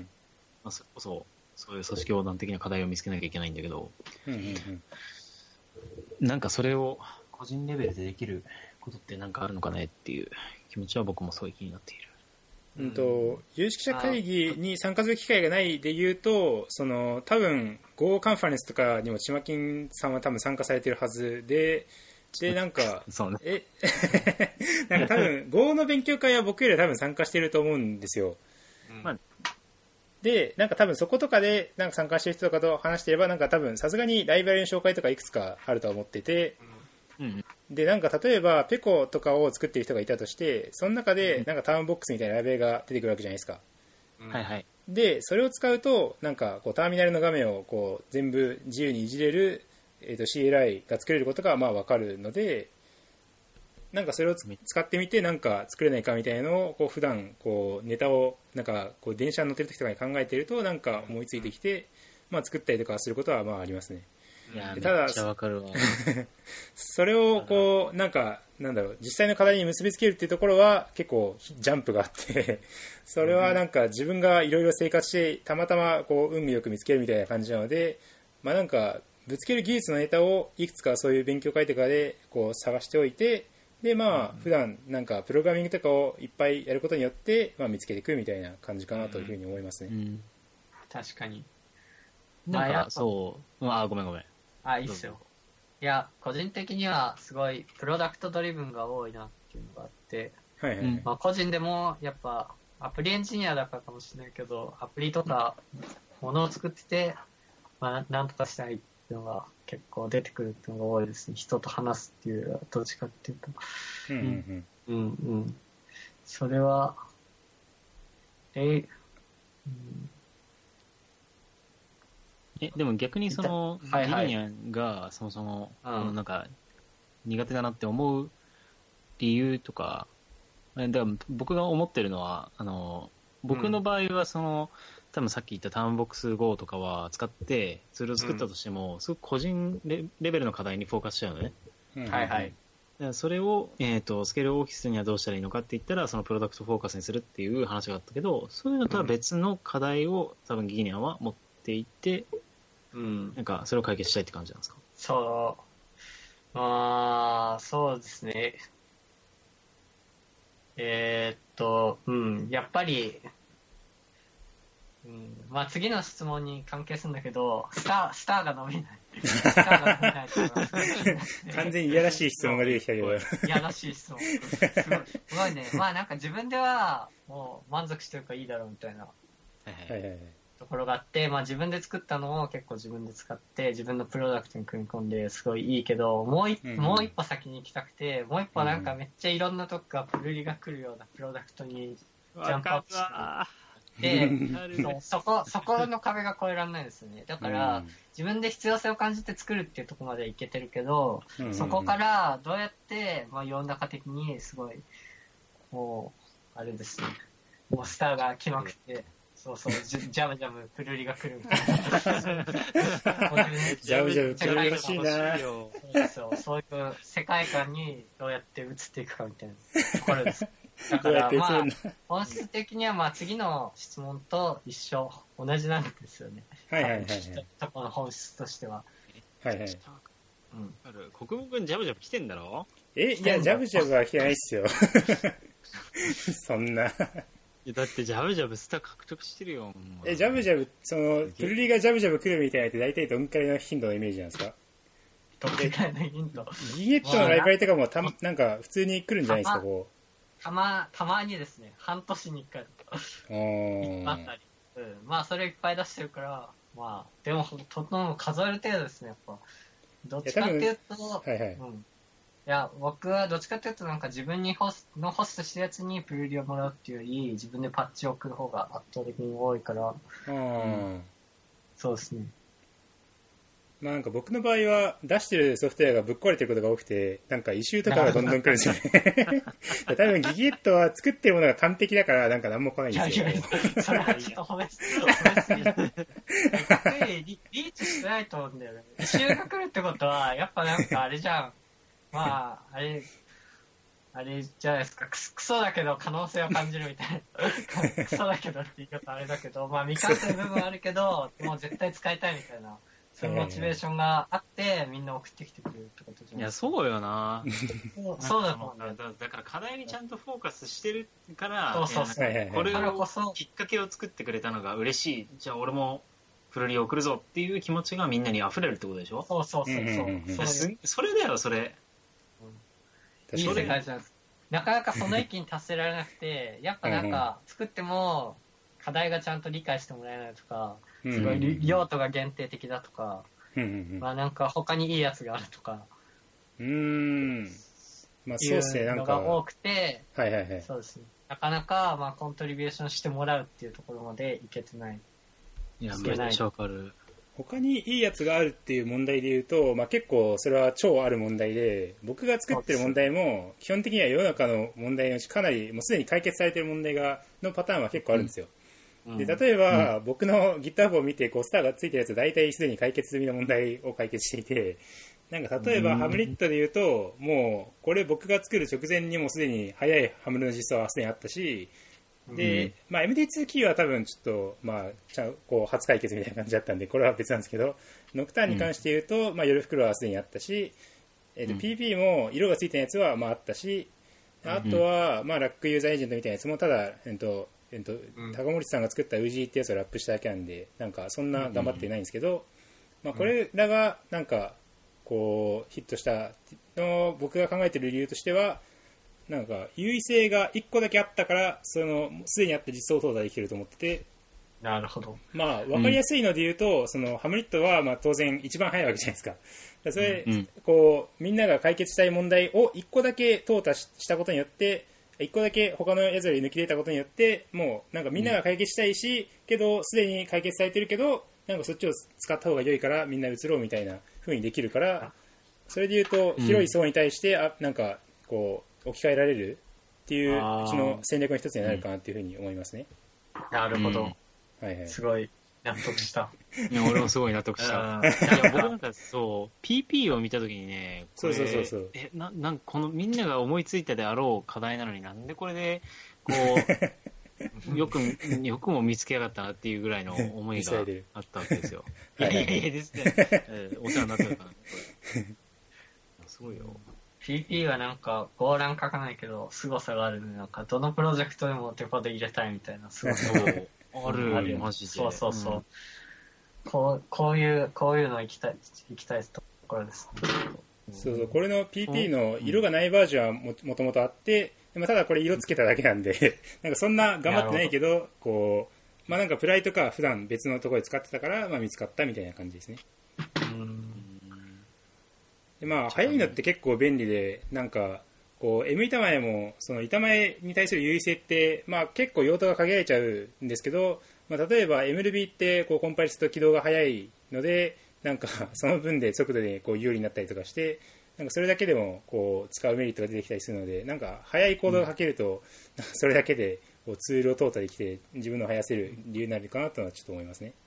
Speaker 1: そういう組織横断的な課題を見つけなきゃいけないんだけど、なんかそれを個人レベルでできることってなんかあるのかねっていう気持ちは僕もすごい気になっている。
Speaker 3: 有識者会議に参加する機会がないで言うと、多分 Go カンファレンスとかにもちまきんさんは多分参加されてるはずで、なんか
Speaker 1: そうね、
Speaker 3: なんか多分 Go の勉強会は僕よりは多分参加してると思うんですよ。でなんか多分そことかでなんか参加してる人とかと話してれば、なんか多分さすがにライブラリの紹介とかいくつかあるとは思ってて、でなんか例えばペコとかを作ってる人がいたとして、その中でなんかターンボックスみたいなライブラリが出てくるわけじゃないですか。
Speaker 1: はいはい。
Speaker 3: でそれを使うとなんかこうターミナルの画面をこう全部自由にいじれる、CLI が作れることが分かるので、なんかそれを使ってみてなんか作れないかみたいなのをこう普段こうネタをなんかこう電車に乗ってる時とかに考えているとなんか思いついてきて、作ったりとかすることはありますね。
Speaker 1: いやただめっちゃわかるわ
Speaker 3: それをこうなんだろう、実際の課題に結びつけるっていうところは結構ジャンプがあってそれはなんか自分がいろいろ生活してたまたまこう運よく見つけるみたいな感じなので、なんかぶつける技術のネタをいくつかそういう勉強会とかでこう探しておいて、で普段なんかプログラミングとかをいっぱいやることによって、見つけていくみたいな感じかなというふうに思いますね。
Speaker 2: 確かに。
Speaker 1: なんかそう、ごめん。
Speaker 2: いいっすよ。いや、個人的にはすごいプロダクトドリブンが多いなっていうのがあって、個人でもやっぱアプリエンジニアだからかもしれないけど、アプリとかものを作ってて、なんとかしたいっていうのが結構出てくるっていうのが多いですね。人と話すっていうどっちかっていうと。それは、
Speaker 1: でも逆にそのギリニャンがそもそもなんか苦手だなって思う理由とか、だから僕が思ってるのは僕の場合は多分さっき言ったターンボックス Go とかは使ってツールを作ったとしても、すごく個人レベルの課題にフォーカスしちゃうのね。それを、スケールを大きくするにはどうしたらいいのかって言ったら、そのプロダクトフォーカスにするっていう話があったけど、そういうのとは別の課題を多分ギニャンは持っていて、なんかそれを解決したいって感じなんですか？
Speaker 2: そうですね。やっぱり、次の質問に関係するんだけど、スターが伸びない。スターが伸びないと
Speaker 3: 完全にいやらしい質問が出てきたけど。い
Speaker 2: やらしい質問。すごいね。なんか自分ではもう満足してるからいいだろうみたいなところがあって、自分で作ったのを結構自分で使って自分のプロダクトに組み込んですごいいいけど、もう一歩先に行きたくて、もう一歩なんかめっちゃいろんなとこからプルリが来るようなプロダクトにジャンプアップしてでそこの壁が越えられないですよね。だから、自分で必要性を感じて作るっていうところまでいけてるけど、そこからどうやって、世の中的にすごいもうあれですね、もうスターが来まくって、ジャムジャムプルリが来るみたいな
Speaker 3: ジャムジャムプルリ欲しいな。
Speaker 2: そういう世界観にどうやって移っていくかみたいなところです。だから本質的には次の質問と一緒同じなんですよね。とこの本質としては。
Speaker 1: 国分くんジャブジャブ来てんだろ？
Speaker 3: いや、ジャブジャブは来てないっすよ。そんな。
Speaker 1: だってジャブジャブスター獲得してるよ。
Speaker 3: ジャブジャブ、プルリがジャブジャブ来るみたいなって大体どんくらいの頻度のイメージなんですか？
Speaker 2: どんくらいの頻度。
Speaker 3: ギゲットのライブラリとかもなんか普通に来るんじゃないですか、こう。
Speaker 2: たまにですね、半年に1回とか。あったり。まあ、それいっぱい出してるから、まあ、でも、とても数える程度ですね、やっぱ。どっちかっていうと、いや、僕はどっちかっていうと、なんか自分にホストしたやつにプルリをもらうっていうより、自分でパッチを送る方が圧倒的に多いから、そうですね。
Speaker 3: まあなんか僕の場合は出してるソフトウェアがぶっ壊れてることが多くて、なんか異臭とかがどんどん来るんですよね。多分ギゲットは作ってるものが完璧だからなんか何も来ないんですよ。
Speaker 2: いや、それはちょっと褒めすぎる。リーチしてないと思うんだよね。異臭が来るってことは、やっぱなんかあれじゃん。まあ、あれじゃないですか。クソだけど可能性を感じるみたいな。クソだけどって言い方あれだけど、まあ未完成部分あるけど、もう絶対使いたいみたいな。そういうモチベーションがあって、みんな送ってきてくれるってことじゃない。
Speaker 1: いや、そうよな。
Speaker 2: そうだと思う。
Speaker 1: だから課題にちゃんとフォーカスしてるから、
Speaker 2: そう
Speaker 1: これをきっかけを作ってくれたのが嬉しい。じゃあ俺もプルリを送るぞっていう気持ちがみんなに溢れるってことでしょ？
Speaker 2: そう。
Speaker 1: それだよ、それ。
Speaker 2: いい世界じゃん。なかなかその域に達せられなくて、やっぱなんか作っても課題がちゃんと理解してもらえないとか、すごい用途が限定的だとか、まあなんか他にいいやつがあるとか、
Speaker 3: まあそうっすね、なんか
Speaker 2: のが多くて、そうですね。なかなかまあコントリビューションしてもらうっていうところまでいけてない。
Speaker 1: いや、めっちゃわかる。
Speaker 3: 他にいいやつがあるっていう問題で言うと、まあ結構それは超ある問題で、僕が作ってる問題も基本的には世の中の問題のうちかなりもうすでに解決されてる問題のパターンは結構あるんですよ。で例えば、僕の GitHub を見てスターがついてるやつは大体すでに解決済みの問題を解決していて、なんか例えばハムリットで言うと、もうこれ僕が作る直前にもすでに早いハムルの実装はすでにあったし、で、まあ、MD2 キーは多分ちょっと、まあ、初解決みたいな感じだったんで、これは別なんですけど、ノクターンに関して言うと、まあ、夜袋はすでにあったし、PP も色がついたやつはまああったし、あとは、まあ、ラックユーザーエージェントみたいなやつも、ただ、高森さんが作った UG ってやつをラップしただけなんで、なんかそんな頑張ってないんですけど、まあ、これらがなんかこうヒットしたの僕が考えている理由としては、なんか優位性が1個だけあったから、すでにあった実装操作できてると思ってて、
Speaker 2: なるほど。
Speaker 3: まあ分かりやすいので言うと、ハムリットはまあ当然一番早いわけじゃないですか。それ、こうみんなが解決したい問題を1個だけ淘汰したことによって、1個だけ他のやつより抜き出たことによって、もうなんかみんなが解決したいし、けどすでに解決されてるけど、なんかそっちを使った方が良いからみんな移ろうみたいな風にできるから、それで言うと広い層に対してなんかこう置き換えられるっていううちの戦略の一つになるかなっていう風に思いますね。
Speaker 2: なるほど。すごい納得した。
Speaker 1: いや、俺もすごい納得した。いや、僕なんかそう、PP を見たときにね、
Speaker 3: そう。
Speaker 1: なんかこのみんなが思いついたであろう課題なのになんでこれで、こう、よくも見つけやがったなっていうぐらいの思いがあったわけですよ。いやですね。お世話になってるから。すごいよ。
Speaker 2: PP はなんか、ゴーラン書かないけど、凄さがあるね。なんか、どのプロジェクトでもデポで入れたいみたいな、凄さが
Speaker 1: ある、マジで。
Speaker 2: そう。こういうの行きたいところですね。
Speaker 3: そう、これの PP の色がないバージョンはもともとあって、ただこれ色つけただけなんで、なんかそんな頑張ってないけど、こう、まあなんかプライとか普段別のところで使ってたから、まあ見つかったみたいな感じですね。でまあ早いのって結構便利で、なんかこう M 板前もその板前に対する優位性って、まあ結構用途が限られちゃうんですけど、まあ、例えば MLB ってこうコンパイルすると起動が早いので、なんかその分で速度でこう有利になったりとかして、なんかそれだけでもこう使うメリットが出てきたりするので、なんか早いコードが書けると、それだけでこうツールを淘汰できて自分の速せる理由になるかなとはちょっと思いますね。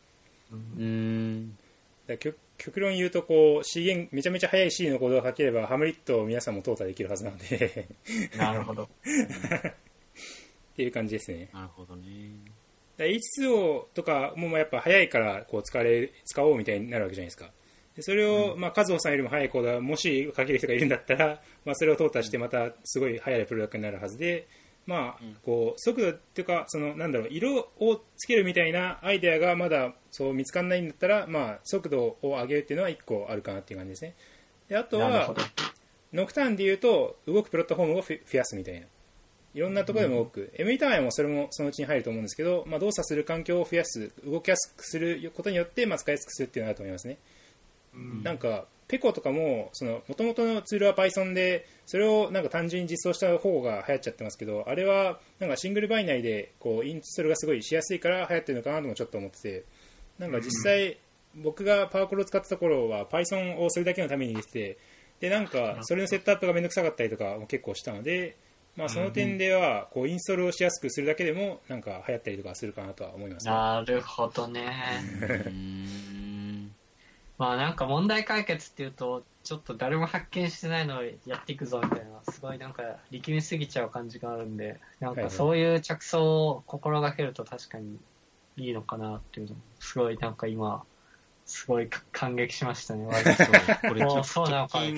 Speaker 3: だ極論言うとこうめちゃめちゃ速い C のコードが書ければハムリットを皆さんも淘汰できるはずなので
Speaker 2: なるほど
Speaker 3: っていう感じですね。
Speaker 1: なるほどね。
Speaker 3: H2O とかもやっぱ速いからこう使おうみたいになるわけじゃないですか。 でそれを、まあ、和穂さんよりも速いコードがもし書ける人がいるんだったら、まあ、それを淘汰してまたすごい速いプロダクトになるはずで、まあ、こう速度っていうかなんだろう、色をつけるみたいなアイデアがまだそう見つかんないんだったら、まあ、速度を上げるっていうのは1個あるかなっていう感じですね。であとはノクターンでいうと動くプラットフォームを増やすみたいな、いろんなところでも動く、ME タワーもそれもそのうちに入ると思うんですけど、まあ、動作する環境を増やす、動きやすくすることによって、まあ、使いやすくするっていうのがあると思いますね。なんかペコとかも元々のツールは Python で、それをなんか単純に実装した方が流行っちゃってますけど、あれはなんかシングルバイナリでこうインストールがすごいしやすいから流行ってるのかなともちょっと思ってて、なんか実際僕がパワコロを使ってた頃は Python をそれだけのために入れてて、でなんかそれのセットアップがめんどくさかったりとかも結構したので、まあ、その点ではこうインストールをしやすくするだけでもなんか流行ったりとかするかなとは思います、ね、
Speaker 2: なるほどねまあなんか問題解決っていうとちょっと誰も発見してないのをやっていくぞみたいな、すごいなんか力みすぎちゃう感じがあるんで、なんかそういう着想を心がけると確かにいいのかなっていうの、すごいなんか今すごい感激しましたね。
Speaker 1: これ直近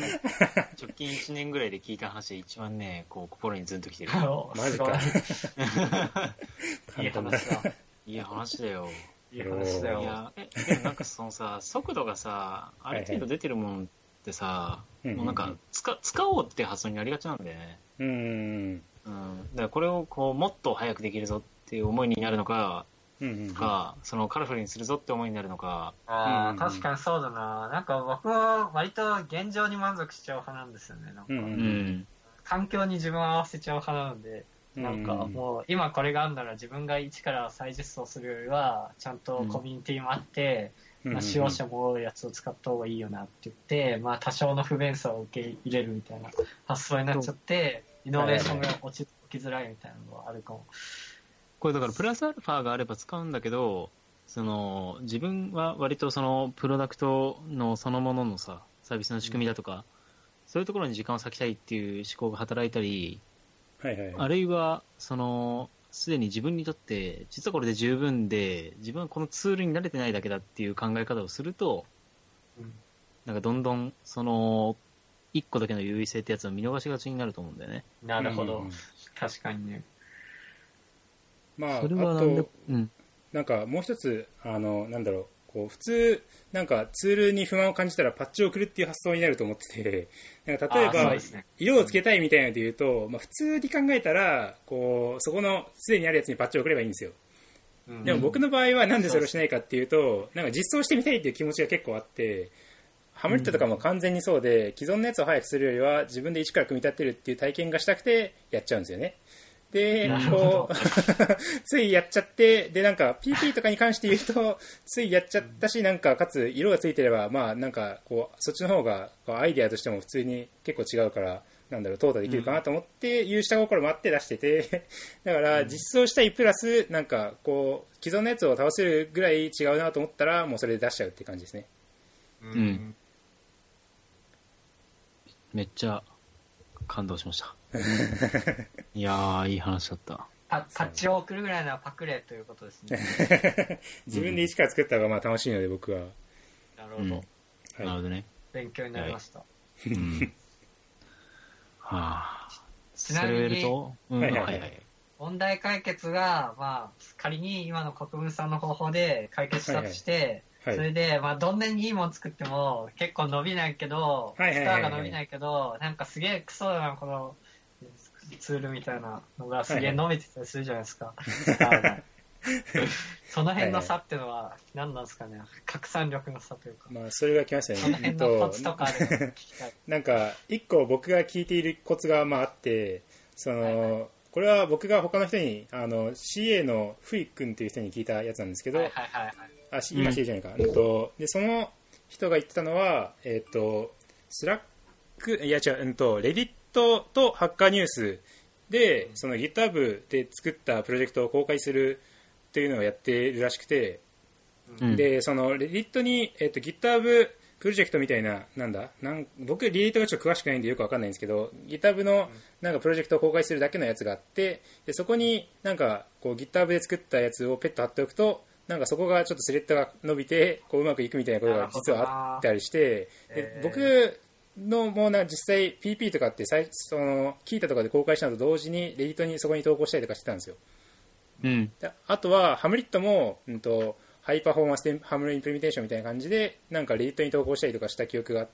Speaker 1: 1年ぐらいで聞いた話で一番ね、こう心にズンときてる。
Speaker 3: マジか。
Speaker 2: いい話だ。
Speaker 1: いい話だよ。
Speaker 2: いい話だよ。
Speaker 1: いや、でもなんかさ、速度がさ、ある程度出てるもんってさ、もうなんか使おうって発想になりがちなんだよね。だからこれをこうもっと早くできるぞっていう思いになるのか、そのカラフルにするぞって思いになるのか。
Speaker 2: 確かにそうだな。なんか僕は割と現状に満足しちゃう派なんですよね。なんか環境に自分を合わせちゃう派なので、なんかもう今これがあるなら自分が一から再実装するよりはちゃんとコミュニティもあって、まあ、使用者も多いやつを使った方がいいよなって言って、まあ、多少の不便さを受け入れるみたいな発想になっちゃって、イノベーションが起きづらいみたいなのはあるかも。
Speaker 1: これだからプラスアルファがあれば使うんだけど、自分は割とそのプロダクトのそのもののさ、サービスの仕組みだとか、そういうところに時間を割きたいっていう思考が働いたり、あるいはすでに自分にとって実はこれで十分で、自分はこのツールに慣れてないだけだっていう考え方をすると、なんかどんどん一個だけの優位性ってやつを見逃しがちになると思うんだよね。
Speaker 2: なるほど、確かにね。
Speaker 3: まあ、あと、なんかもう一つなんだろう、こう普通なんかツールに不満を感じたらパッチを送るっていう発想になると思ってて、なんか例えば色をつけたいみたいなので言うと、まあ、普通に考えたらこうそこのすでにあるやつにパッチを送ればいいんですよ。でも僕の場合はなんでそれをしないかっていうと、なんか実装してみたいっていう気持ちが結構あって、ハムリットとかも完全にそうで、既存のやつを早くするよりは自分で一から組み立てるっていう体験がしたくてやっちゃうんですよね。で、こうついやっちゃって、でなんか PP とかに関して言うとついやっちゃったし、なんかかつ色がついてれば、まあなんかこうそっちの方がアイデアとしても普通に結構違うから、なんだろう、淘汰できるかなと思っていう下心もあって出しててだから実装したいプラスなんかこう既存のやつを倒せるぐらい違うなと思ったらもうそれで出しちゃうって感じですね。
Speaker 1: めっちゃ感動しましたいやー、いい話だった。
Speaker 2: パッチを送るぐらいならパクれということですね
Speaker 3: 自分で一から作った方がまあ楽しいので僕は。
Speaker 2: なるほど、
Speaker 1: なるほどね。
Speaker 2: 勉強になりました、
Speaker 1: ちなみに
Speaker 2: 問題解決が、まあ、仮に今の国分さんの方法で解決したとして、それで、まあ、どんなにいいもの作っても結構伸びないけど、スターが伸びないけど、なんかすげえクソだな、このツールみたいなのがすげえ伸びてたりするじゃないですか。その辺の差っていうのは何なんですかね。拡散力の差というか。
Speaker 3: まあ、それがきますよね。
Speaker 2: その辺のコツとかで聞きたい。
Speaker 3: なんか、一個僕が聞いているコツがまああって、これは僕が他の人に、CA のフイ君っていう人に聞いたやつなんですけど、今 CA じゃないか。で、その人が言ってたのは、スラック、いや違う、レディットとハッカーニュースで、その GitHub で作ったプロジェクトを公開するっていうのをやってるらしくて、で、そのレディットに、GitHub プロジェクトみたいな、僕レディットがちょっと詳しくないんでよくわかんないんですけど、GitHub のなんかプロジェクトを公開するだけのやつがあって、でそこになんかこう GitHub で作ったやつをペット貼っておくと、 なんかそこがちょっとスレッドが伸びてこううまくいくみたいなことが実はあったりして、で僕のもう実際 PP とかってそのキータとかで公開したのと同時にレディットにそこに投稿したりとかしてたんですよ。
Speaker 1: うん、
Speaker 3: あとはハムリットも、ハイパフォーマンスハムインプリメンテーションみたいな感じでなんかレディットに投稿したりとかした記憶があって、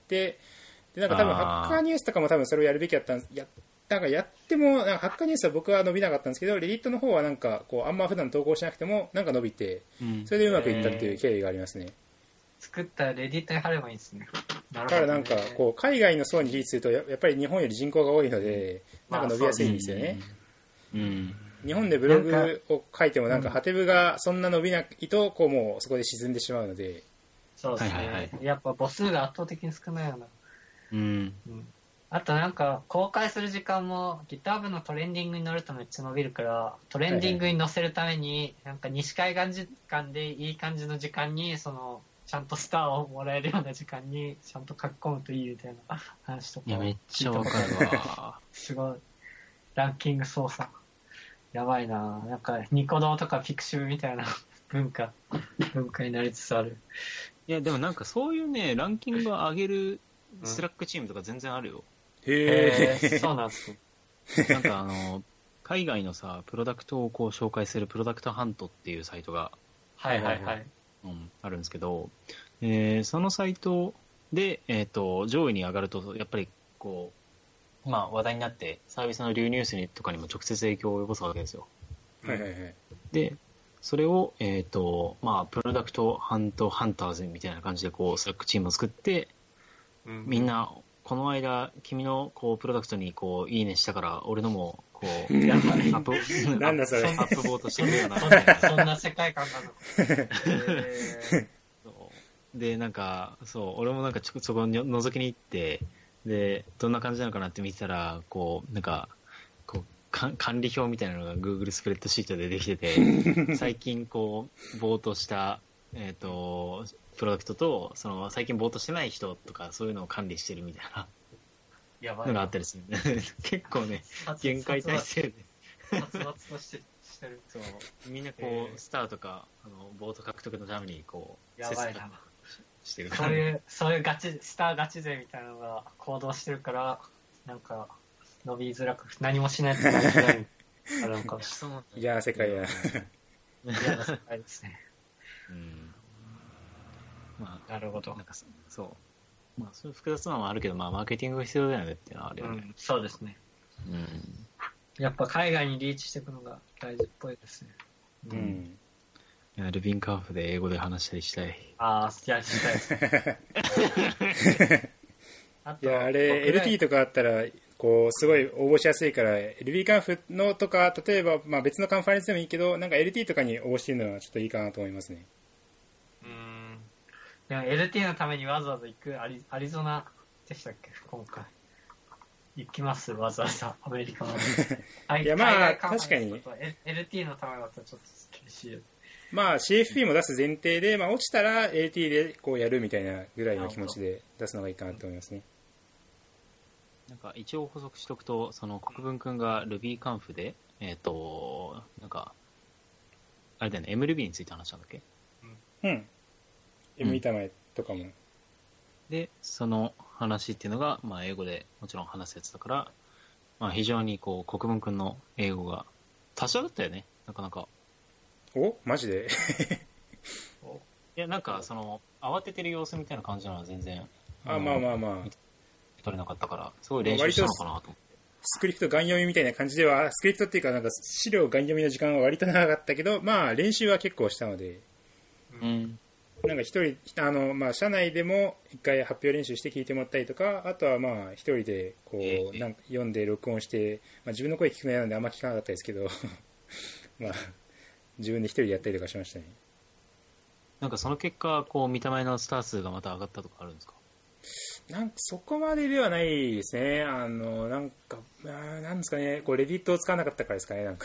Speaker 3: でなんか多分ハッカーニュースとかも多分それをやるべきだったんです。なんかやってもなんかハッカーニュースは僕は伸びなかったんですけど、レディットの方はなんかこうあんま普段投稿しなくてもなんか伸びて、それでうまくいったっていう経緯がありますね。
Speaker 2: 作ったレディットに貼ればいいんですね。
Speaker 3: だからなんかこう海外の層にリーチするとやっぱり日本より人口が多いのでなんか伸びやすいんですよね。日本でブログを書いてもなんかハテブがそんな伸びないとこうもうそこで沈んでしまうので。
Speaker 2: そうですね。やっぱ母数が圧倒的に少ないよな。あとなんか公開する時間も GitHub のトレンディングに乗るとめっちゃ伸びるから、トレンディングに載せるためになんか西海岸時間でいい感じの時間にそのちゃんとスターをもらえるような時間にちゃんと書き込むといいみたいな話とか。
Speaker 1: いやめっちゃわかるわ。
Speaker 2: すごい。ランキング操作。やばいな。なんかニコ動とかピクシブみたいな文化になりつつある。
Speaker 1: いやでもなんかそういうねランキングを上げるスラックチームとか全然あるよ。
Speaker 2: へえ、そうなんです
Speaker 1: ね。なんか海外のさプロダクトをこう紹介するプロダクトハントっていうサイトが
Speaker 2: あ
Speaker 1: るんですけど、そのサイトで上位に上がるとやっぱりこうまあ話題になってサービスの流入数とかにも直接影響を及ぼすわけですよ。でそれをまあプロダクトハンターズみたいな感じでこうスラックチームを作って、みんなこの間君のこうプロダクトにこういいねしたから俺のもこう
Speaker 3: なんだそれ
Speaker 1: アップボートしてくれよな
Speaker 2: そんな世界観な
Speaker 1: の。でなんかそう俺もなんかそこに覗きに行ってでどんな感じなのかなって見てたらこうなんかこう管理表みたいなのが Google スプレッドシートでできてて最近こうボートしたプロダクトとその最近ボートしてない人とかそういうのを管理してるみたいなのがあったりするね。結構ね限界体制で
Speaker 2: 殺伐としてる。
Speaker 1: そうみんなこうスターとかボート獲得のためにこう
Speaker 2: やばいな
Speaker 1: してる
Speaker 2: そういうスターガチ勢みたいなのが行動してるからなんか伸びづらく何もしないと伸びづらいあるのかもしれない。
Speaker 3: いや世界や
Speaker 2: 嫌な世界ですね。
Speaker 1: まあ、
Speaker 2: なるほど。
Speaker 1: なんかそう。まあ、そういう複雑なのもあるけど、まあ、マーケティングが必要だよねっていうのはあるよね。
Speaker 2: そうですね。やっぱ海外にリーチしていくのが大事っぽいですね。
Speaker 1: いやルビンカーフで英語で話したりしたい。
Speaker 2: したいです。
Speaker 3: いや、あれ、LT とかあったら、こう、すごい応募しやすいから、LB カンフのとか、例えば、まあ別のカンファレンスでもいいけど、なんか LT とかに応募してるのはちょっといいかなと思いますね。
Speaker 2: でも LT のためにわざわざ行くアリゾナでしたっけ今回行きますわざわざアメリカまで。
Speaker 3: いやまあ確かに
Speaker 2: LT のためだとちょっと厳しい。
Speaker 3: まあ CFP も出す前提で、まあ落ちたら LT でこうやるみたいなぐらいの気持ちで出すのがいいかなと思いますね。
Speaker 1: なんか一応補足しとくと、その国分くんが Ruby カンフでなんかあれだよね MRuby について話したんだっけ
Speaker 3: M 板前とかも、
Speaker 1: でその話っていうのが、まあ、英語でもちろん話すやつだから、まあ、非常にこう国分くんの英語が多少だったよねなかなか。
Speaker 3: おマジで
Speaker 1: いやなんかその慌ててる様子みたいな感じなのは全然
Speaker 3: まあ
Speaker 1: 取れなかったからすごい練習したのかなと思って。
Speaker 3: スクリプトガン読みみたいな感じではスクリプトっていうかなんか資料ガン読みの時間は割と長かったけど、まあ練習は結構したので、なんか一人まあ社内でも一回発表練習して聞いてもらったりとか、あとはまあ一人でこうなんか読んで録音して、まあ、自分の声聞くの嫌なんであんま聞かなかったですけどまあ自分で一人でやったりとかしましたね。
Speaker 1: なんかその結果こう見た目のスター数がまた上がったとかあるんですか？
Speaker 3: なんかそこまでではないですね。なんかなんですかね、こうレディットを使わなかったからですかね、なんか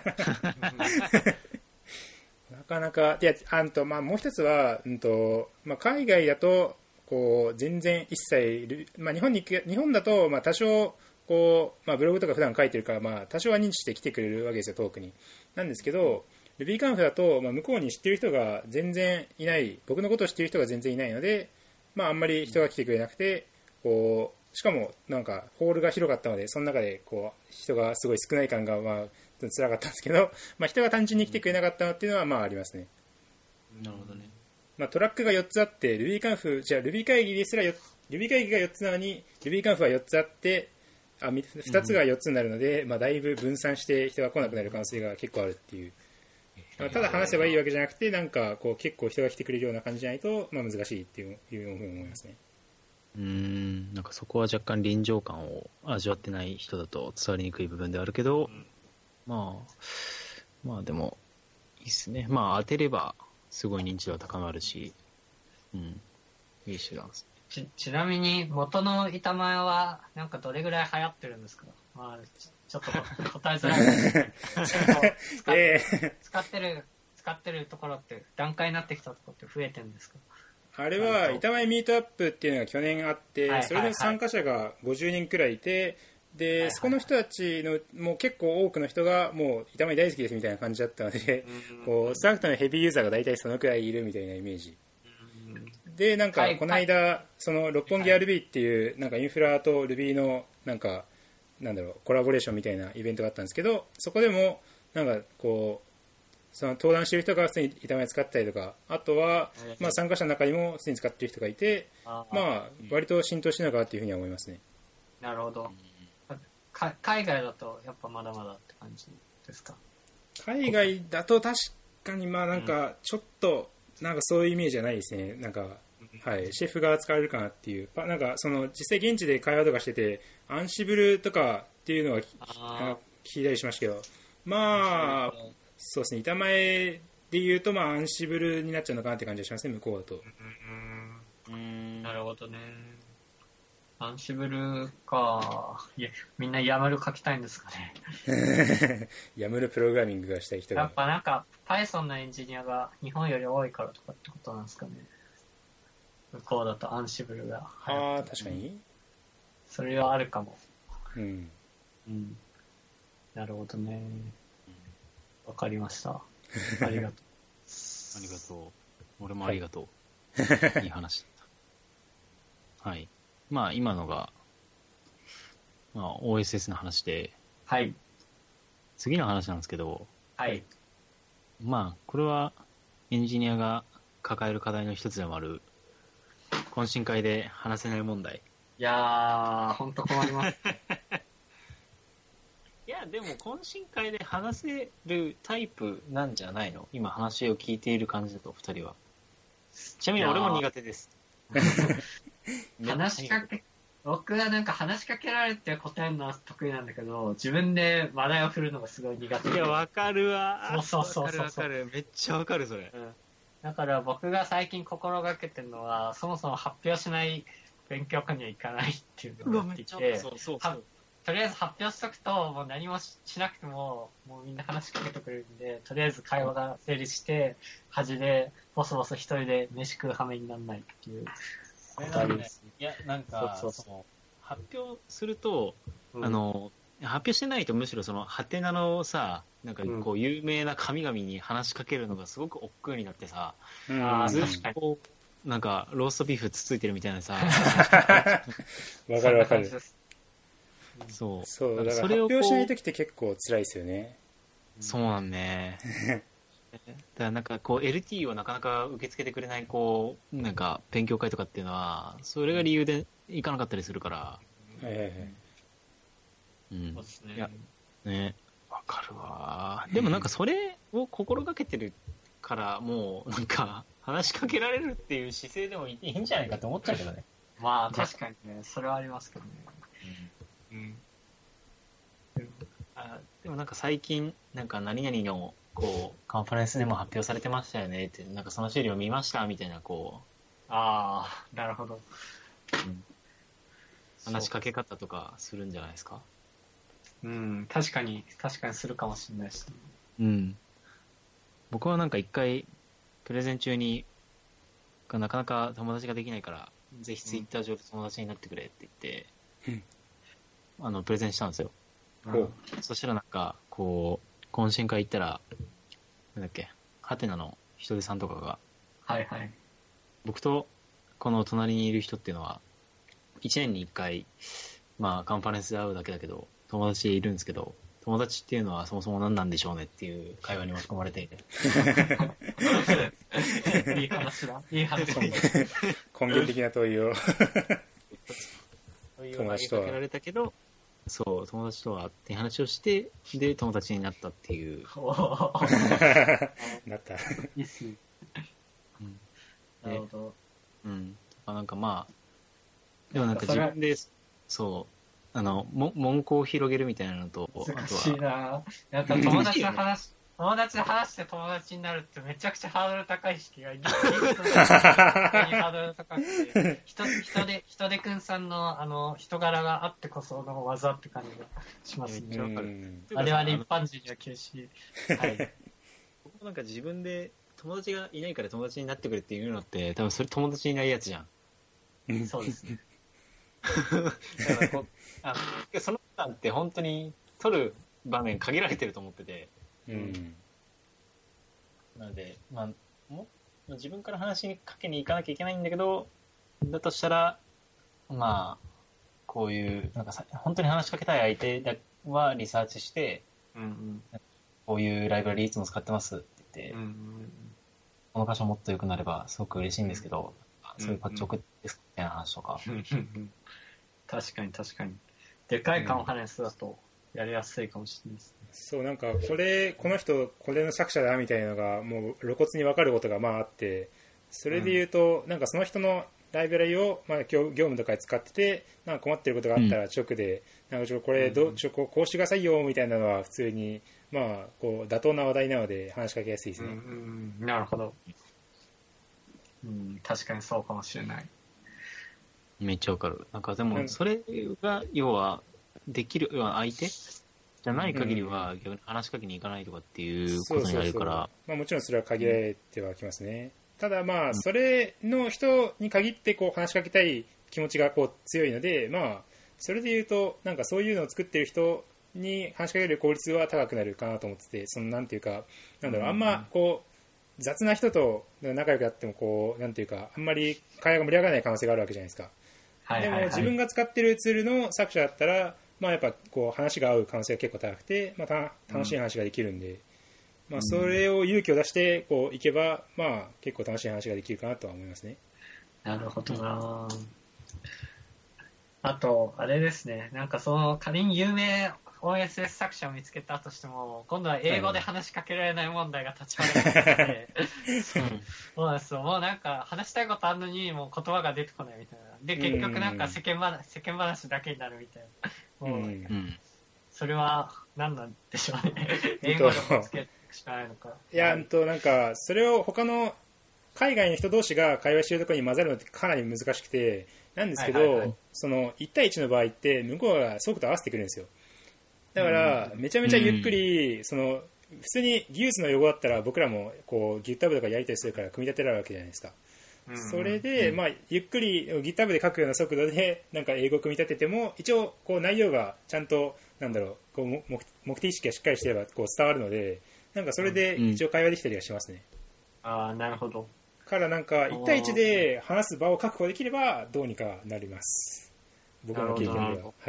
Speaker 3: なかなか。いやまあ、もう一つは、まあ、海外だとこう全然一切、まあ、日本だとまあ多少こう、まあ、ブログとか普段書いてるから、まあ、多少は認知して来てくれるわけですよ、トークに。なんですけど RubyConf だと、向こうに知ってる人が全然いない、僕のことを知ってる人が全然いないので、あんまり人が来てくれなくて、こうしかもなんかホールが広かったので、その中でこう人がすごい少ない感が辛かったんですけど、人が単純に来てくれなかったのっていうのはありますね。
Speaker 1: なるほどね。
Speaker 3: トラックが4つあって、RubyConf、じゃあ Ruby 会議ですらRuby 会議が4つなのに RubyConf は4つあって、2つが4つになるので、だいぶ分散して人が来なくなる可能性が結構あるっていう。ただ話せばいいわけじゃなくて、なんかこう結構人が来てくれるような感じじゃないと、難しいっていうふうに思いますね。
Speaker 1: なんかそこは若干臨場感を味わってない人だと伝わりにくい部分ではあるけど、でもいいっすね。当てればすごい認知度は高まるし、いい手段です。
Speaker 2: ちなみに元の板前はなんかどれぐらい流行ってるんですか？ちょっと答えづらいですけど使ってるところって段階になってきたところって増えてるんですか？
Speaker 3: あれは板前ミートアップっていうのが去年あって、それで参加者が50人くらいいて、でそこの人たちのもう結構多くの人がもう板前大好きですみたいな感じだったので、こうスタッフのヘビーユーザーが大体そのくらいいるみたいなイメージで、なんかこの間その六本木 RB っていうなんかインフラと Ruby のなんかコラボレーションみたいなイベントがあったんですけど、そこでもなんかこうその登壇している人がすでに板前使ったりとか、あとは参加者の中にもすでに使っている人がいて、割と浸透してるのかなっていうふうには思いますね。
Speaker 2: なるほど。海外だとやっぱまだまだって感じですか？
Speaker 3: 海外だと確かになんかちょっとなんかそういうイメージじゃないですね。なんかシェフが使われるかなっていう、なんかその実際現地で会話とかしててアンシブルとかっていうのは聞いたりしましたけど、そうですね、板前でいうとアンシブルになっちゃうのかなって感じがしますね、向こうだと。
Speaker 2: なるほどね。アンシブルか。いや、みんなヤムル書きたいんですかね。
Speaker 3: ヤムルプログラミングがしたい人が。
Speaker 2: やっぱなんか Python のエンジニアが日本より多いからとかってことなんですかね。向こうだとアンシブルが。
Speaker 3: 確かに。
Speaker 2: それはあるかも。なるほどね。わかりました。ありがとう。
Speaker 1: ありがとう。俺もありがとう。いい話だった。はい。今のが、OSS の話で、次の話なんですけど、これはエンジニアが抱える課題の一つでもある、懇親会で話せない問題。
Speaker 2: いやー、ほんと困ります。
Speaker 1: いや、でも懇親会で話せるタイプなんじゃないの？今話を聞いている感じだと、二人は。ちなみに俺も苦手です。
Speaker 2: 僕はなんか話しかけられて答えるのは得意なんだけど、自分で話題を振るのがすごい苦手で。
Speaker 1: いや、わかるわ。
Speaker 2: そう。
Speaker 1: わかる。めっちゃわかる、それ。
Speaker 2: だから僕が最近心がけてるのは、そもそも発表しない勉強会には行かないっていうのをやっていて、とりあえず発表しとくと、もう何もしなくても、もうみんな話しかけてくれるんで、とりあえず会話が成立して、端でボソボソ一人で飯食う羽目にならないっていうことあります。
Speaker 1: いや、なんか、発表すると、発表してないとむしろその、ハテナのさ、なんかこう、有名な神々に話しかけるのがすごく億劫になってさ、ずっとなんか、ローストビーフつついてるみたいなさ。
Speaker 3: わかる。
Speaker 1: そう。
Speaker 3: だから発表しないときって結構辛いですよね。
Speaker 1: そうなんね。だからなんかこう LT をなかなか受け付けてくれないこうなんか勉強会とかっていうのはそれが理由で行かなかったりするから。
Speaker 2: そうですね。
Speaker 1: いやね、わかるわ。でもなんかそれを心がけてるからもうなんか話しかけられるっていう姿勢でもいいんじゃないかと思っちゃうけどね。
Speaker 2: 確かにね、それはありますけどね。
Speaker 1: でもなんか最近なんか何々のこうカンファレンスでも発表されてましたよねってなんかその資料見ましたみたいなこう
Speaker 2: なるほど、
Speaker 1: 話しかけ方とかするんじゃないですか。
Speaker 2: 確かにするかもしれないです
Speaker 1: ね。僕はなんか一回プレゼン中になかなか友達ができないからぜひツイッター上で友達になってくれって言って、プレゼンしたんですよ。そしたらなんかこう懇親会行ったらなんだっけ、ハテナのひとりさんとかが、
Speaker 2: はいはい。
Speaker 1: 僕とこの隣にいる人っていうのは、1年に1回、まあカンファレンスで会うだけだけど、友達いるんですけど、友達っていうのはそもそも何なんでしょうねっていう会話に巻き込まれていて。
Speaker 2: いい話だ。いい話だ。
Speaker 3: 根源的な問いを。
Speaker 1: 問いを投げかけられたけど、そう、友達とはって話をして、で、友達になったっていう。
Speaker 3: なった。
Speaker 2: いいっす。なるほど。
Speaker 1: うん。なんかまあ、でもなんか自分で、そう、門戸を広げるみたいなのと、
Speaker 2: 難しいなぁ。なんか友達と話して友達になるってめちゃくちゃハードル高い式が、ハードル高くて、人手くんさんの、人柄があってこその技って感じがしますね。あれは一般人には厳しい。はい。
Speaker 1: 僕もなんか自分で友達がいないから友達になってくれっていうのって、多分それ友達いないやつじゃん。
Speaker 2: そうですね。
Speaker 1: だからその時間って本当に取る場面限られてると思ってて、なので、まあ、自分から話しかけに行かなきゃいけないんだけど、だとしたら、まあ、こういう、なんか本当に話しかけたい相手はリサーチして、こういうライブラリいつも使ってますって言って、この箇所もっと良くなればすごく嬉しいんですけど、そういうパッチ送ってですみたいな話とか。
Speaker 2: 確かに確かに。でかいカンファレンスだとやりやすいかもしれないですね。
Speaker 3: そう、なんかこの人これの作者だみたいなのがもう露骨に分かることがまああって、それで言うと、なんかその人のライブラリをまあ業務とかで使ってて、なんか困ってることがあったら直で、なんかこれこうしてくださいよみたいなのは普通にまあこう妥当な話題なので話しかけやすいですね。
Speaker 2: なるほど。確かにそうかもしれない。
Speaker 1: めっちゃわかる。なんかでもそれが要はできる相手じゃない限りは逆に話しかけに行かないとかっていうことになるから、
Speaker 3: まあもちろんそれは限られてはきますね。ただまあそれの人に限ってこう話しかけたい気持ちがこう強いので、まあそれで言うとなんかそういうのを作ってる人に話しかける効率は高くなるかなと思ってて、そのなんていうかなんだろう、あんまこう雑な人と仲良くなってもこうなんていうかあんまり会話が盛り上がらない可能性があるわけじゃないですか。でも自分が使ってるツールの作者だったら、まあ、やっぱこう話が合う可能性が結構高くて、まあ、楽しい話ができるんで、まあ、それを勇気を出してこういけば、まあ、結構楽しい話ができるかなとは思いますね。
Speaker 2: なるほどな。あとあれですね、なんかその仮に有名 OSS 作者を見つけたとしても今度は英語で話しかけられない問題が立ちはだかってそうなんですよ。もうなんか話したいことあるのにもう言葉が出てこないみたいなで結局なんか世間話だけになるみたいな、もうそれは何なんでしょうね。英語でつけるしかないのか。
Speaker 3: いやなんかそれを他の海外の人同士が会話してるところに混ざるのってかなり難しくてなんですけど、その1対1の場合って向こうが速度合わせてくるんですよ。だからめちゃめちゃゆっくり、その普通に技術の用語だったら僕らもこう GitHub とかやりたりするから組み立てられるわけじゃないですか。それで、まあ、ゆっくり GitHub で書くような速度でなんか英語を組み立てても一応こう内容がちゃんとなんだろうこう目的意識がしっかりしてればこう伝わるのでなんかそれで一応会話できたりはしますね。
Speaker 2: ああなるほど。
Speaker 3: からなんか1対1で話す場を確保できればどうにかなります。僕の経験では。はい。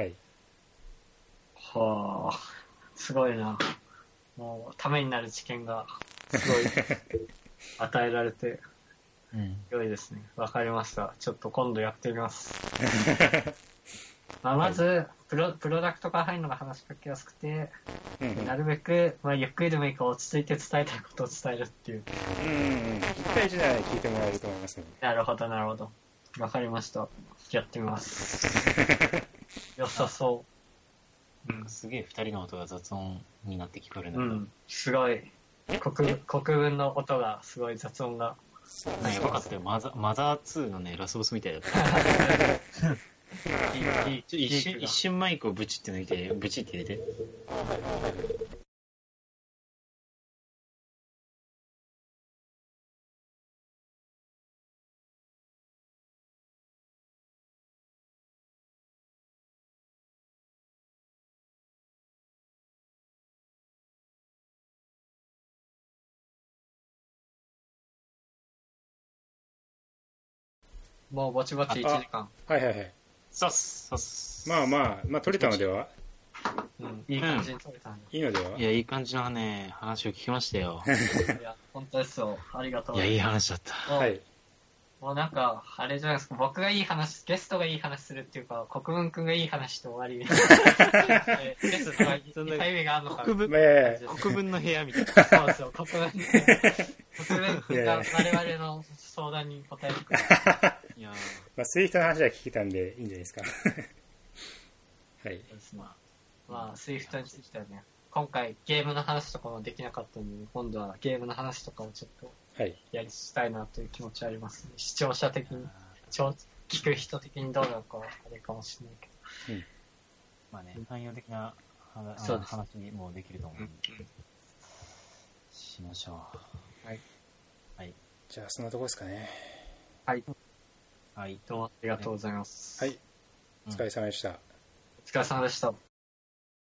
Speaker 2: はあ、すごいな。もうためになる知見がすごい与えられて、良いですね。わかりました。ちょっと今度やってみます。まずプロダクトから入るのが話しかけやすくて、なるべく、まあ、ゆっくりでもいいから落ち着いて伝えたいことを伝えるっていう。
Speaker 3: 1対1なら聞いてもらえると思いますね。
Speaker 2: なるほどなるほど。わかりました。やってみます。良さそう。
Speaker 1: すげえ2人の音が雑音になって聞こえるんだけど、
Speaker 2: すごい国分の音がすごい雑音が
Speaker 1: やばかったよ。マザー2のねラスボスみたいだった一瞬マイクをブチって抜いてブチって入れて
Speaker 2: もうぼちぼち1時間。
Speaker 3: はいはいはい。
Speaker 1: そうっす。
Speaker 3: まあ撮れたのでは？
Speaker 2: いい感じに撮れたの
Speaker 3: いいのでは？
Speaker 1: いや、いい感じのね、話を聞きましたよ。
Speaker 2: いや、本当ですよ。ありがとう。
Speaker 1: いや、いい話だった。
Speaker 3: はい。
Speaker 2: もうなんか、あれじゃないですか、僕がいい話、ゲストがいい話するっていうか、国分くんがいい話して終わりみたいな。ゲストがいい意味があるのか。
Speaker 1: 国分の部屋みたいな。
Speaker 2: そうそう、国分くんが我々の相談に答えるから。
Speaker 3: いやまあ、スイフトの話は聞けたんでいいんじゃないですか。はい。
Speaker 2: まあ、スイフトについてはね、今回ゲームの話とかもできなかったので、今度はゲームの話とかをちょっと、やりしたいなという気持ちはありますね。視聴者的に、聞く人的にどうなのかはあれかもしれないけど。
Speaker 1: まあね、汎用的な話もできると思うので、しましょう。
Speaker 2: はい。
Speaker 3: はい。じゃあ、そんなとこですかね。
Speaker 2: はい。
Speaker 1: はい。
Speaker 2: どうもありがとうございます。
Speaker 3: はい。お疲れ様でした。
Speaker 2: お疲れ様でした。